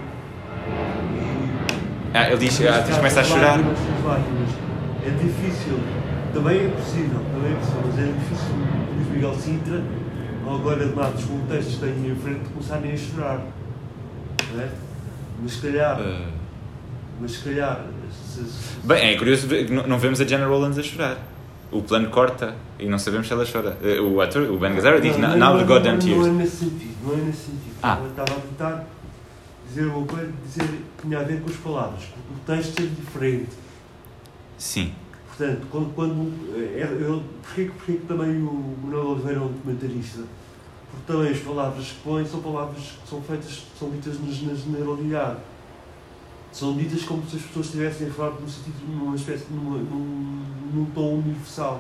Ele diz, a atriz começa a chorar. Lágrimas. É difícil, também é possível, mas é difícil Luís Miguel Sintra, ou agora de nada, os contextos que têm em frente, começarem a chorar. Não é? Mas se calhar... Bem, é curioso, não vemos a Gena Rowlands a chorar. O plano corta e não sabemos se ela chora. O ator, o Ben Gazzaro, diz now the goddamn tears. Não é nesse sentido. Estava a tentar dizer uma coisa, que tinha a ver com as palavras, o texto é diferente. Sim. Portanto, porquê que também o Manuel Oliveira é um documentarista? Porque também as palavras que põem são palavras que são ditas na generalidade. São ditas como se as pessoas estivessem a falar num tom universal.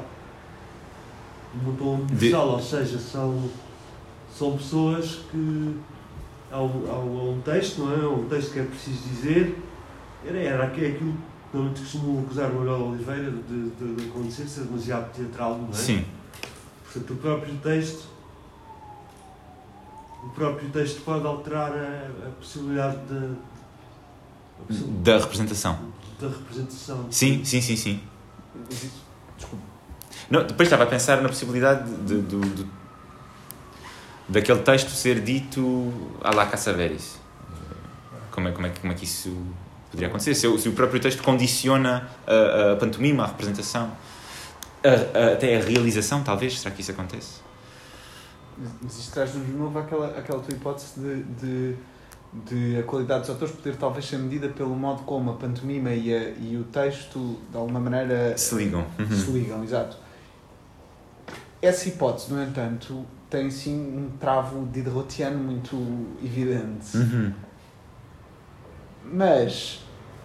Ou seja, são pessoas que há um texto, não é? Um texto que é preciso dizer. Era aquilo que normalmente costumam acusar o Manuel Oliveira de acontecer, ser demasiado teatral, não é? Sim. Portanto, o próprio texto pode alterar a possibilidade da representação. Da representação. Sim. Desculpa. Não, depois estava a pensar na possibilidade daquele texto ser dito à la Cassavetes. Como é que isso poderia acontecer? Se o próprio texto condiciona a pantomima, a representação, até a realização, talvez. Será que isso acontece? Mas isto traz-nos de novo aquela tua hipótese de a qualidade dos atores poder talvez ser medida pelo modo como a pantomima e o texto de alguma maneira se ligam. Se ligam, exato. Essa hipótese, no entanto, tem sim um travo diderrotiano muito evidente. Mas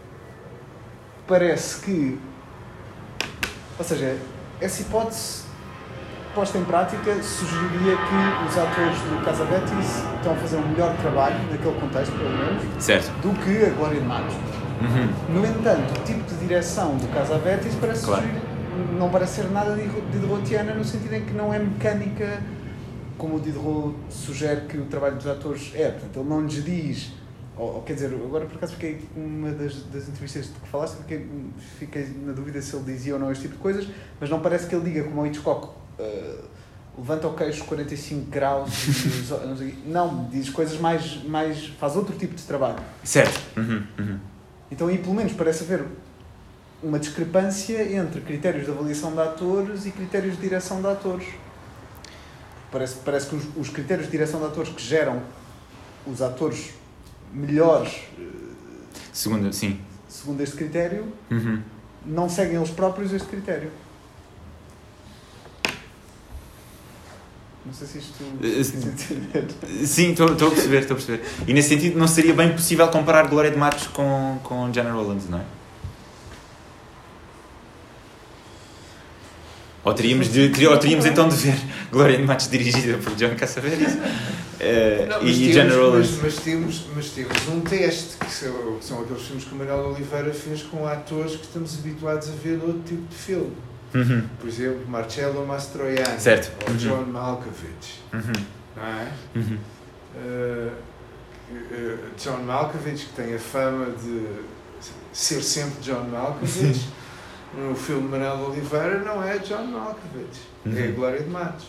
parece que, ou seja, essa hipótese posta em prática sugeriria que os atores do Cassavetes estão a fazer um melhor trabalho naquele contexto, pelo menos, certo, do que a Glória de Matos. No entanto, o tipo de direção do Cassavetes parece sugerir, não parece ser nada diderrotiana, no sentido em que não é mecânica como o Diderot sugere que o trabalho dos atores é. Portanto, ele não lhes diz, ou quer dizer, agora por acaso fiquei uma das entrevistas de que falaste, fiquei na dúvida se ele dizia ou não este tipo de coisas, mas não parece que ele diga como o Hitchcock, levanta o queixo 45 graus, não, diz coisas mais, faz outro tipo de trabalho. Certo. Então aí pelo menos parece haver uma discrepância entre critérios de avaliação de atores e critérios de direção de atores. Parece que os critérios de direção de atores que geram os atores melhores segundo este critério não seguem eles próprios este critério. Não sei se isto... Sim, estou a perceber. E nesse sentido não seria bem possível comparar Glória de Matos com Gena Rowlands, não é? Ou teríamos então de ver Glória de Matos dirigida por John Cassavetes e Gena Rowlands. Mas temos um teste, que são aqueles filmes que o Manuel Oliveira fez com atores que estamos habituados a ver outro tipo de filme. Por exemplo, Marcello Mastroianni, certo. Ou John Malkovich, não é? John Malkovich, que tem a fama de ser sempre John Malkovich, no filme Manuel Oliveira não é John Malkovich, é a Glória de Matos.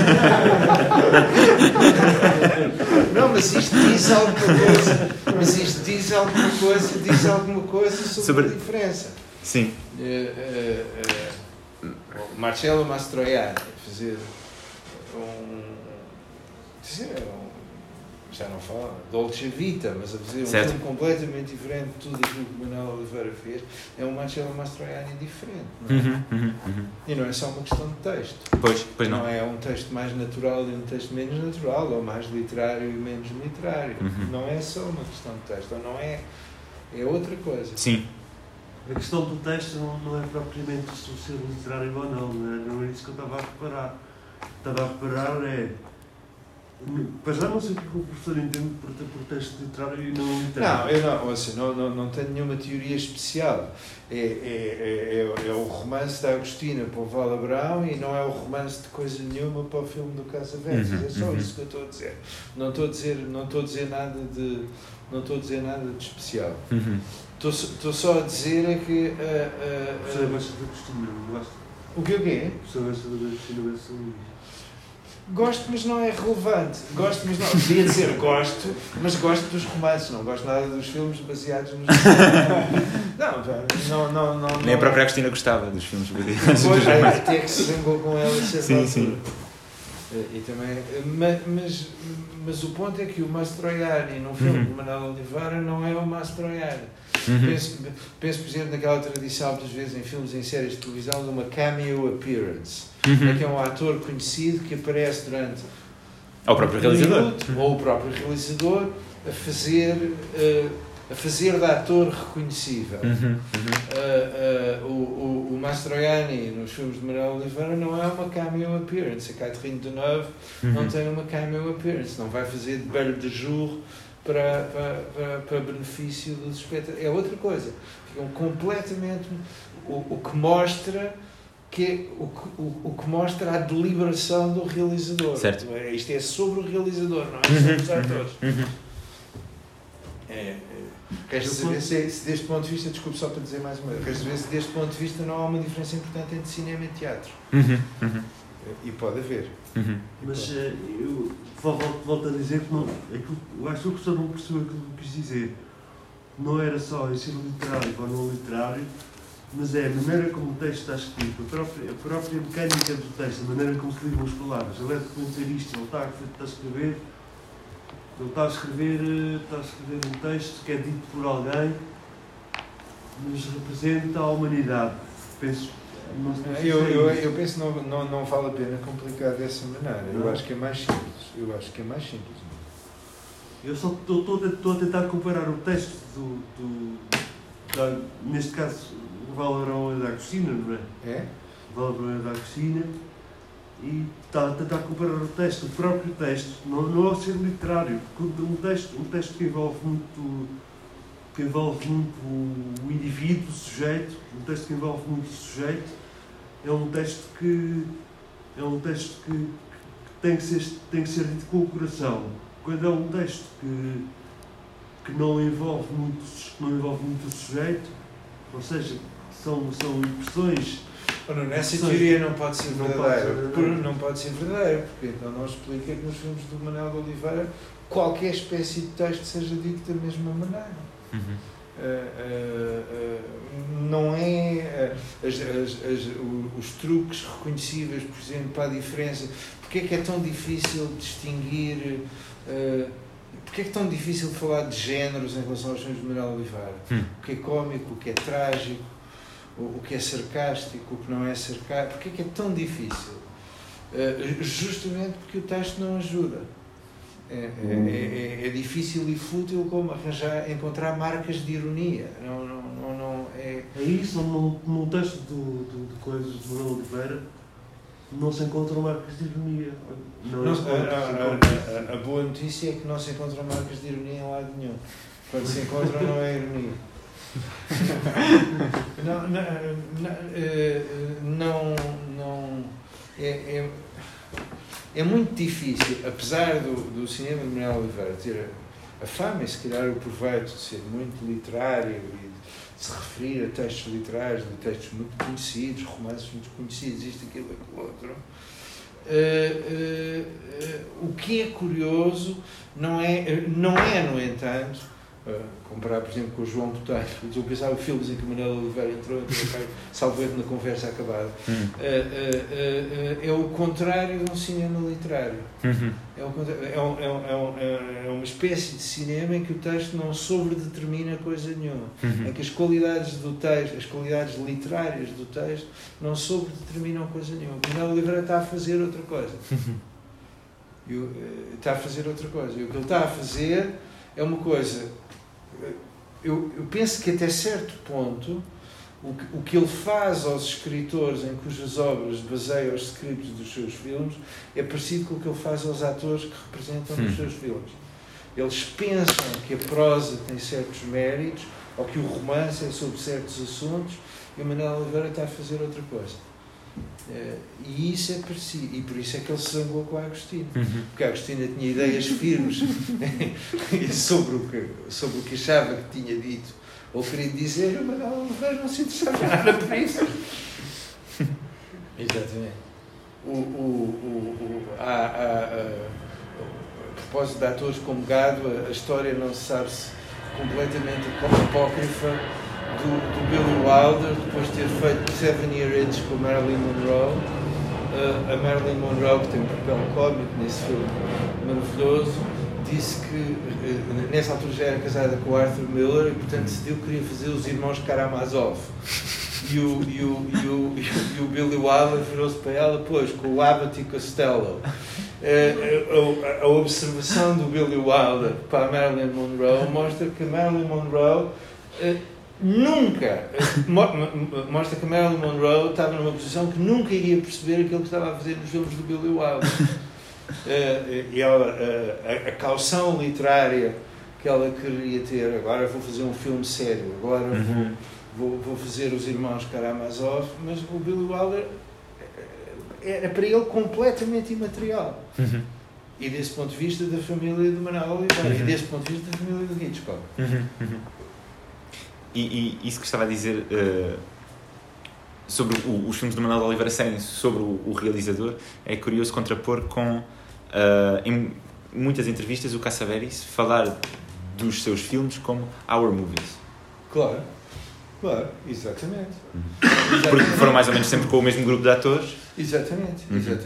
Não, mas isto diz alguma coisa sobre a diferença. Sim. Marcello Mastroianni fazer já não fala Dolce Vita, mas a fazer um filme completamente diferente de tudo aquilo que o Manuel Oliveira fez, é um Marcello Mastroianni diferente, não é? E não é só uma questão de texto. Pois não. Não é um texto mais natural e um texto menos natural, ou mais literário e menos literário. Não é só uma questão de texto, ou não é outra coisa. Sim. A questão do texto não é propriamente se ser literário ou não é isso que eu estava a reparar. Mas já não sei o que o professor entende por texto literário e não literário. Não tenho nenhuma teoria especial. É o romance da Agostina para o Val Abrão e não é o romance de coisa nenhuma para o filme do Cassavetes. É só isso que eu estou a dizer. Não estou a dizer nada de especial. Estou só a dizer é que... O professor gosta da Agostina, não gosta? O quê? O professor gosta da Agostina, Gosto, mas não é relevante. Devia dizer gosto, mas gosto dos romances. Não gosto nada dos filmes baseados nos não. Nem a própria Agostina gostava dos filmes baseados nos romances. Até que se zangou com ela a certa altura. Sim. E também, mas o ponto é que o Mastroianni num filme de Manuel Oliveira não é o Mastroianni. Penso, por exemplo, naquela tradição, muitas vezes em filmes, em séries de televisão, de uma cameo appearance. É que é um ator conhecido que aparece durante Ou o próprio realizador. Ou o próprio realizador a fazer de ator reconhecível. O Mastroianni, nos filmes de Manuel Oliveira, não é uma cameo appearance. A Catherine Deneuve não tem uma cameo appearance. Não vai fazer de belle de jour para benefício dos espectadores. É outra coisa. Ficam completamente... O que mostra... o que mostra a deliberação do realizador. Certo. Isto é sobre o realizador, não é sobre os atores. Queres saber se deste ponto de vista, desculpe só para dizer mais uma vez, queres saber se deste ponto de vista não há uma diferença importante entre cinema e teatro? E pode haver. Mas eu volto a dizer que não, eu acho que o professor não percebeu aquilo que quis dizer. Não era só ensino literário ou não literário, mas é a maneira como o texto está escrito, a própria mecânica do texto, a maneira como se ligam as palavras. Ele é de dizer isto, ele está a escrever um texto que é dito por alguém, mas representa a humanidade. Penso que não vale a pena complicar dessa maneira. Eu acho que é mais simples. Eu só estou a tentar comparar o texto neste caso, o Valorão da Agostina, não é? O Valorão da Agostina, e está a tentar comparar o texto, o próprio texto, não ao ser literário, porque um texto que envolve muito o indivíduo, o sujeito, um texto que envolve muito o sujeito, é um texto que tem que ser dito com o coração. Quando é um texto que não envolve muito o sujeito, ou seja, são impressões. Nessa teoria não pode ser verdadeiro. Não pode ser verdadeiro, porque então não explica que nos filmes do Manuel de Oliveira qualquer espécie de texto seja dito da mesma maneira. Não é os truques reconhecíveis, por exemplo, para a diferença. Porque é que é tão difícil distinguir? Porque é que é tão difícil falar de géneros em relação aos filmes de Manuel Oliveira? O que é cómico, o que é trágico, o que é sarcástico, o que não é sarcástico? Porque é que é tão difícil? Justamente porque o texto não ajuda. É difícil e fútil como encontrar marcas de ironia. É isso, no texto de coisas de Manuel Oliveira não se encontram marcas de ironia. A boa notícia é que não se encontram marcas de ironia em lado nenhum. Quando se encontram não é ironia. É muito difícil, apesar do cinema de Manuel Oliveira ter a fama e se calhar o proveito de ser muito literário e de se referir a textos literários, de textos muito conhecidos, romances muito conhecidos, isto, aquilo, aquilo outro. O que é curioso não é, no entanto, comparar, por exemplo, com o João Botelho, eu pensava que filmes em que o Manuel Oliveira entrou salvo erro na conversa acabada, é o contrário de um cinema literário. É uma espécie de cinema em que o texto não sobredetermina coisa nenhuma, em que as qualidades do texto, as qualidades literárias do texto não sobredeterminam coisa nenhuma. O Manuel Oliveira está a fazer outra coisa. E o que ele está a fazer é uma coisa. Eu penso que até certo ponto o que ele faz aos escritores em cujas obras baseia os scripts dos seus filmes é parecido com o que ele faz aos atores que representam nos seus filmes. Eles pensam que a prosa tem certos méritos ou que o romance é sobre certos assuntos e o Manuel Oliveira está a fazer outra coisa. E isso é parecido, e por isso é que ele se zangou com a Agostina, porque a Agostina tinha ideias firmes sobre o que achava que tinha dito ou querido dizer, mas não se interessava nada por isso. Exatamente. A propósito de atores como Gado, a história não se sabe se completamente apócrifa do Billy Wilder, depois de ter feito 7 Year Itch com a Marilyn Monroe. A Marilyn Monroe, que tem um papel cómico nesse filme maravilhoso, disse que nessa altura já era casada com o Arthur Miller e portanto decidiu que queria fazer Os Irmãos Karamazov. E o Billy Wilder virou-se para ela, pois, com o Abbott e Costello. A observação do Billy Wilder para a Marilyn Monroe mostra que a Marilyn Monroe mostra que a Marilyn Monroe estava numa posição que nunca iria perceber aquilo que estava a fazer nos filmes do Billy Wilder. E a caução literária que ela queria ter, agora vou fazer um filme sério, agora vou fazer Os Irmãos Karamazov, mas o Billy Wilder era para ele completamente imaterial. E desse ponto de vista da família do Manuel Oliveira, e desse ponto de vista da família do Hitchcock. E isso que estava a dizer sobre os filmes do Manuel Oliveira serem sobre o realizador, é curioso contrapor com, em muitas entrevistas, o Cassavetes falar dos seus filmes como Our Movies. Claro, exatamente. Porque foram mais ou menos sempre com o mesmo grupo de atores. Exatamente.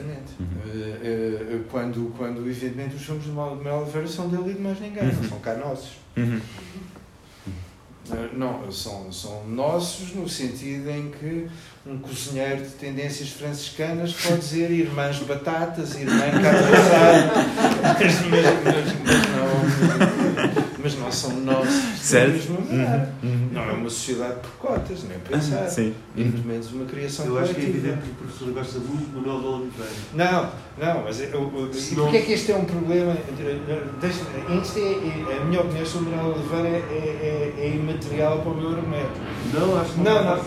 Quando evidentemente os filmes do Manuel Oliveira são dele e de mais ninguém, não são cá nossos. Não, são nossos no sentido em que um cozinheiro de tendências franciscanas pode dizer irmãs batatas, irmã carne, mas não são nossos da mesma maneira. Não é uma sociedade por cotas, nem pensar. E muito menos uma criação coletiva. Eu acho que é evidente que o professor gosta muito do Manuel Oliveira. Não, mas porque é que este é um problema? A minha opinião sobre o Manuel Oliveira é imaterial para o meu argumento. Não, acho que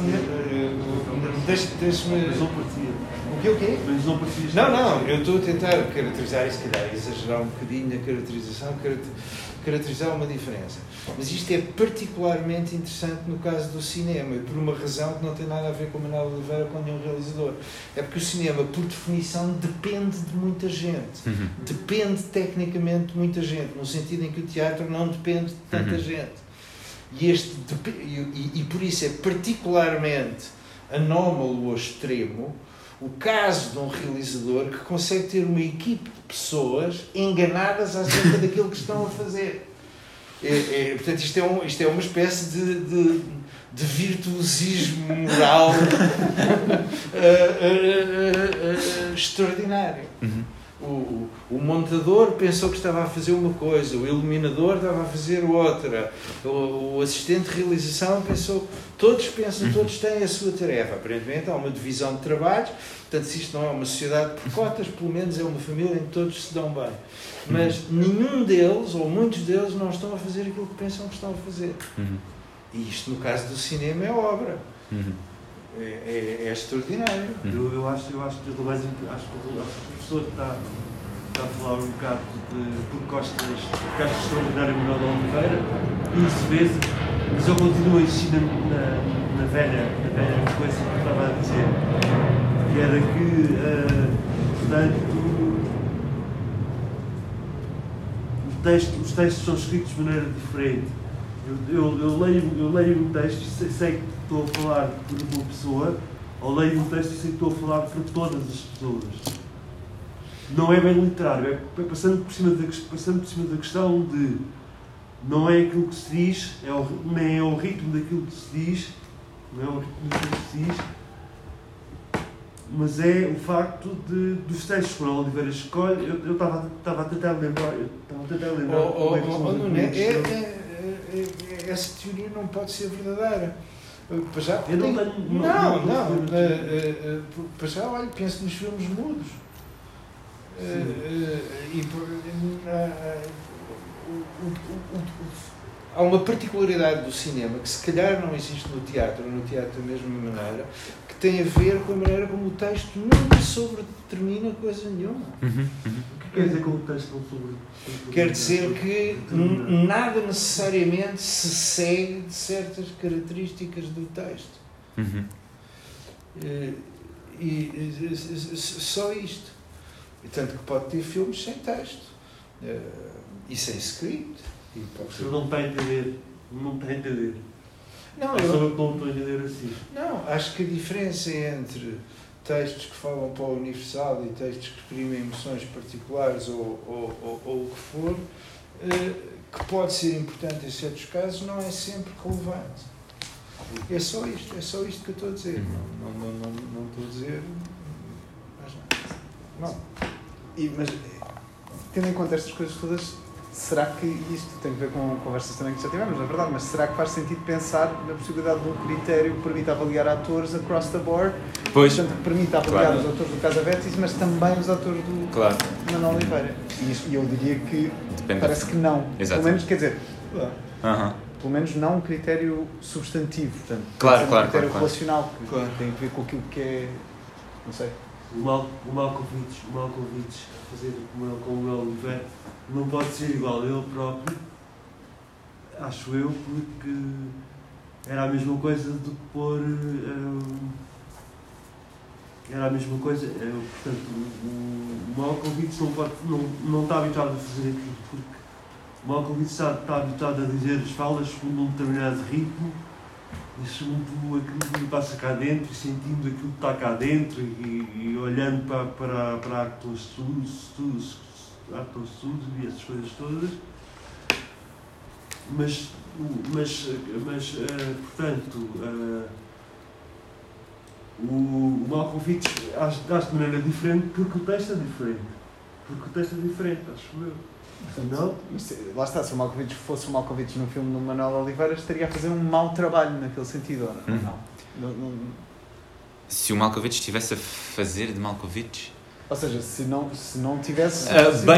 deixe-me... Mas não partia. O quê? Mas não partia. Não, eu estou a tentar caracterizar, e se calhar exagerar um bocadinho na caracterização, caracterizar uma diferença. Mas isto é particularmente interessante no caso do cinema, e por uma razão que não tem nada a ver com o Manuel Oliveira ou com nenhum realizador. É porque o cinema, por definição, depende de muita gente. Depende tecnicamente de muita gente, no sentido em que o teatro não depende de tanta gente. E por isso é particularmente anómalo ou extremo o caso de um realizador que consegue ter uma equipe de pessoas enganadas acerca daquilo que estão a fazer. Portanto, isto é uma espécie de virtuosismo moral extraordinário. O montador pensou que estava a fazer uma coisa, o iluminador estava a fazer outra, o assistente de realização pensou, todos têm a sua tarefa. Aparentemente há uma divisão de trabalhos, portanto, se isto não é uma sociedade por cotas, pelo menos é uma família em que todos se dão bem. Mas nenhum deles, ou muitos deles, não estão a fazer aquilo que pensam que estão a fazer. E isto, no caso do cinema, é obra. É extraordinário. Eu acho que o professor está a falar um bocado porque acho extraordinário o Manuel Oliveira, e isso vê-se, mas eu continuo a insistir na velha coisa que eu estava a dizer, que era que, portanto, os textos são escritos de maneira diferente. Eu leio um texto e sei que estou a falar por uma pessoa, ou leio um texto e sei que estou a falar por todas as pessoas. Não é bem literário, é passando por cima da questão de não é aquilo que se diz, nem é o ritmo daquilo que se diz, mas é o facto dos textos que o Oliveira escolhe. Eu estava a tentar lembrar. Essa teoria não pode ser verdadeira. Para já, para já, olha, penso nos filmes mudos. Há uma particularidade do cinema que se calhar não existe no teatro da mesma maneira, que tem a ver com a maneira como o texto nunca sobredetermina coisa nenhuma. O que quer dizer com o texto não sobredetermina? Quer dizer que nada necessariamente se segue de certas características do texto. Só isto. E tanto que pode ter filmes sem texto e sem script. Não está a entender. Não, eu não estou a entender assim. Não, acho que a diferença entre textos que falam para o universal e textos que exprimem emoções particulares ou o que for, que pode ser importante em certos casos, não é sempre relevante. É só isto que eu estou a dizer. Não estou a dizer mais nada. Não. Mas, tendo em conta estas coisas todas, será que isto tem a ver com conversas também que já tivemos, na verdade, mas será que faz sentido pensar na possibilidade de um critério que permita avaliar atores across the board? Pois. Portanto, que permita avaliar os atores do Cassavetes, mas também os atores do Manuel Oliveira. E eu diria que parece que não. Exato. Pelo menos, quer dizer, pelo menos não um critério substantivo. Portanto, um critério relacional que tem a ver com aquilo que é, não sei. O Malkovich fazer com o Manuel Oliveira não pode ser igual a ele próprio, acho eu, porque era a mesma coisa do que pôr. Era a mesma coisa, portanto, o Malkovich não está habituado a fazer aquilo, porque o Malkovich está habituado a dizer as falas segundo um determinado ritmo e segundo aquilo que lhe passa cá dentro e sentindo aquilo que está cá dentro e olhando para Actor Studios e essas coisas todas. Mas portanto, o Malkovich acho de maneira diferente porque o texto é diferente. Acho eu. Não? Lá está, se o Malkovich fosse o Malkovich no filme do Manuel Oliveira, estaria a fazer um mau trabalho naquele sentido, não? Se o Malkovich estivesse a fazer de Malkovich? Ou seja, se não tivesse...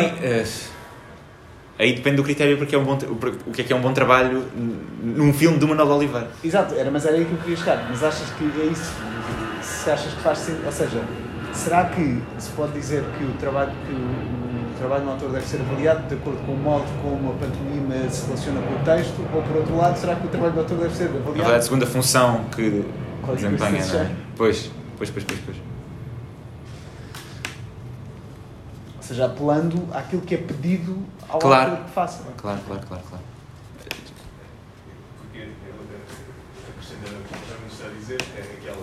Aí depende do critério porque o que é um bom trabalho num filme do Manuel Oliveira. Exato, mas era aí que eu queria chegar. Mas achas que é isso? Se achas que faz sentido? Ou seja, será que se pode dizer que o trabalho do autor deve ser avaliado de acordo com o modo como a pantomima se relaciona com o texto? Ou, por outro lado, será que o trabalho do autor deve ser avaliado segundo a função que desempenha, não é? Pois. Ou seja, apelando àquilo que é pedido ao autor que faça. Claro. Porque acrescentando o que o está a dizer, é aquela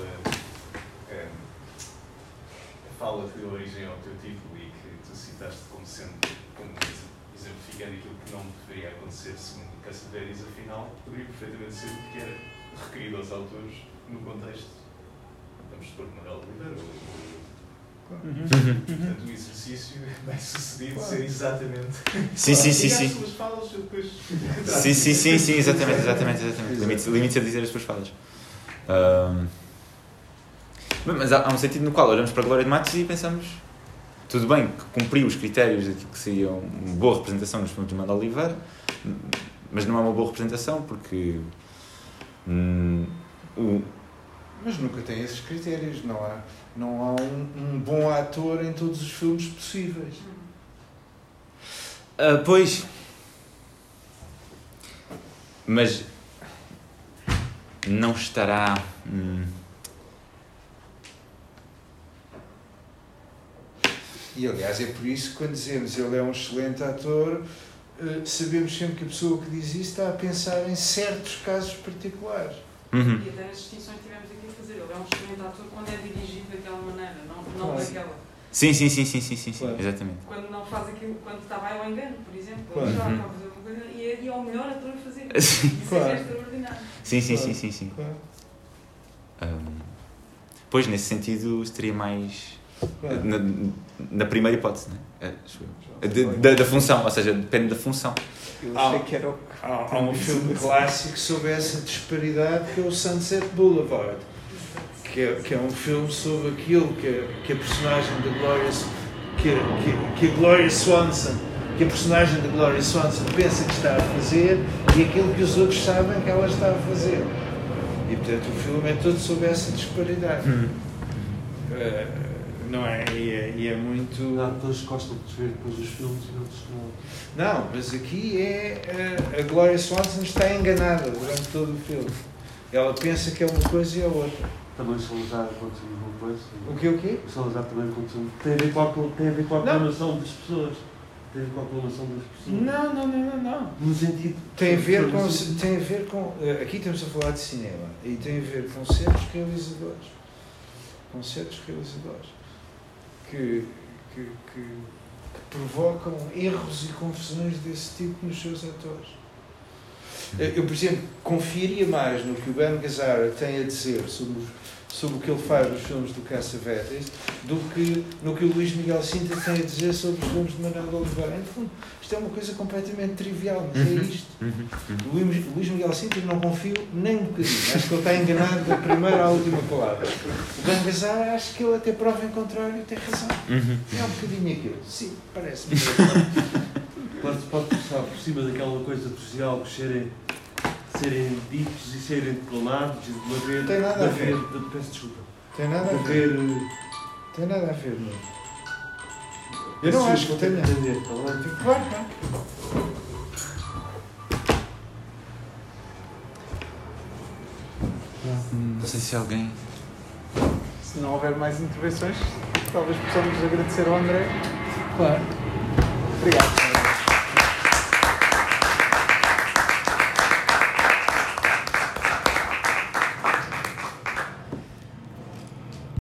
fala que deu origem ao teu título e que tu citaste como exemplificando aquilo que não deveria acontecer segundo Cassavetes, afinal, poderia perfeitamente ser o que era requerido aos autores no contexto, vamos supor, de Manuel Oliveira. Portanto, o exercício bem sucedido ser exatamente. Sim. As suas falas, depois. Sim, exatamente. Limite a dizer as suas falas. Mas há um sentido no qual olhamos para a Glória de Matos e pensamos, tudo bem, que cumpriu os critérios daquilo que seria uma boa representação nos filmes de Manuel Oliveira, mas não é uma boa representação porque Mas nunca tem esses critérios, não há um bom ator em todos os filmes possíveis. Pois, mas não estará... E aliás é por isso que quando dizemos ele é um excelente ator, sabemos sempre que a pessoa que diz isso está a pensar em certos casos particulares. E até nas distinções que tivemos aqui a fazer, ele é um excelente ator quando é dirigido daquela maneira, não daquela. Sim, claro. Exatamente. Quando não faz aquilo, quando está bem ao engano, por exemplo, ele já está a fazer uma coisa e é o melhor ator a fazer. Isso é extraordinário. Sim. Claro. Pois, nesse sentido, estaria mais na primeira hipótese, não é? Da função, ou seja, depende da função. Eu achei que era há um filme clássico sobre essa disparidade que é o Sunset Boulevard, que é um filme sobre aquilo que a personagem da Gloria Swanson, que a personagem da Gloria Swanson pensa que está a fazer e aquilo que os outros sabem que ela está a fazer. E portanto o filme é todo sobre essa disparidade. Não é? E é muito... Há pessoas que gostam de ver depois os filmes e outros não. Não, mas aqui a Gloria Swanson está enganada durante todo o filme. Ela pensa que é uma coisa e é outra. Também o Salazar aconteceu uma coisa. O quê? O Salazar também aconteceu. Tem a ver com a aclamação das pessoas. Não. No sentido... Tem a ver com... Aqui estamos a falar de cinema. E tem a ver com certos realizadores. Que provocam erros e confusões desse tipo nos seus atores. Eu, por exemplo, confiaria mais no que o Ben Gazzara tem a dizer sobre o que ele faz nos filmes do Cassavetes do que no que o Luís Miguel Sintra tem a dizer sobre os filmes de Manuel de Oliveira. Isto é uma coisa completamente trivial, mas é isto. O Luís Miguel Sintra não confio nem um bocadinho. Acho que ele está enganado da primeira à última palavra. O Bangassar, acho que ele até prova em contrário e tem razão. É um bocadinho aquilo. Sim, parece-me. Pode passar por cima daquela coisa dos diálogos serem ditos e serem declamados e de haver... Tem nada a ver. Peço desculpa. Tem nada a ver. Tem nada a ver, não. Eu não acho que tenha. Claro, Não sei se alguém... Se não houver mais intervenções, talvez possamos agradecer ao André. Claro. Obrigado.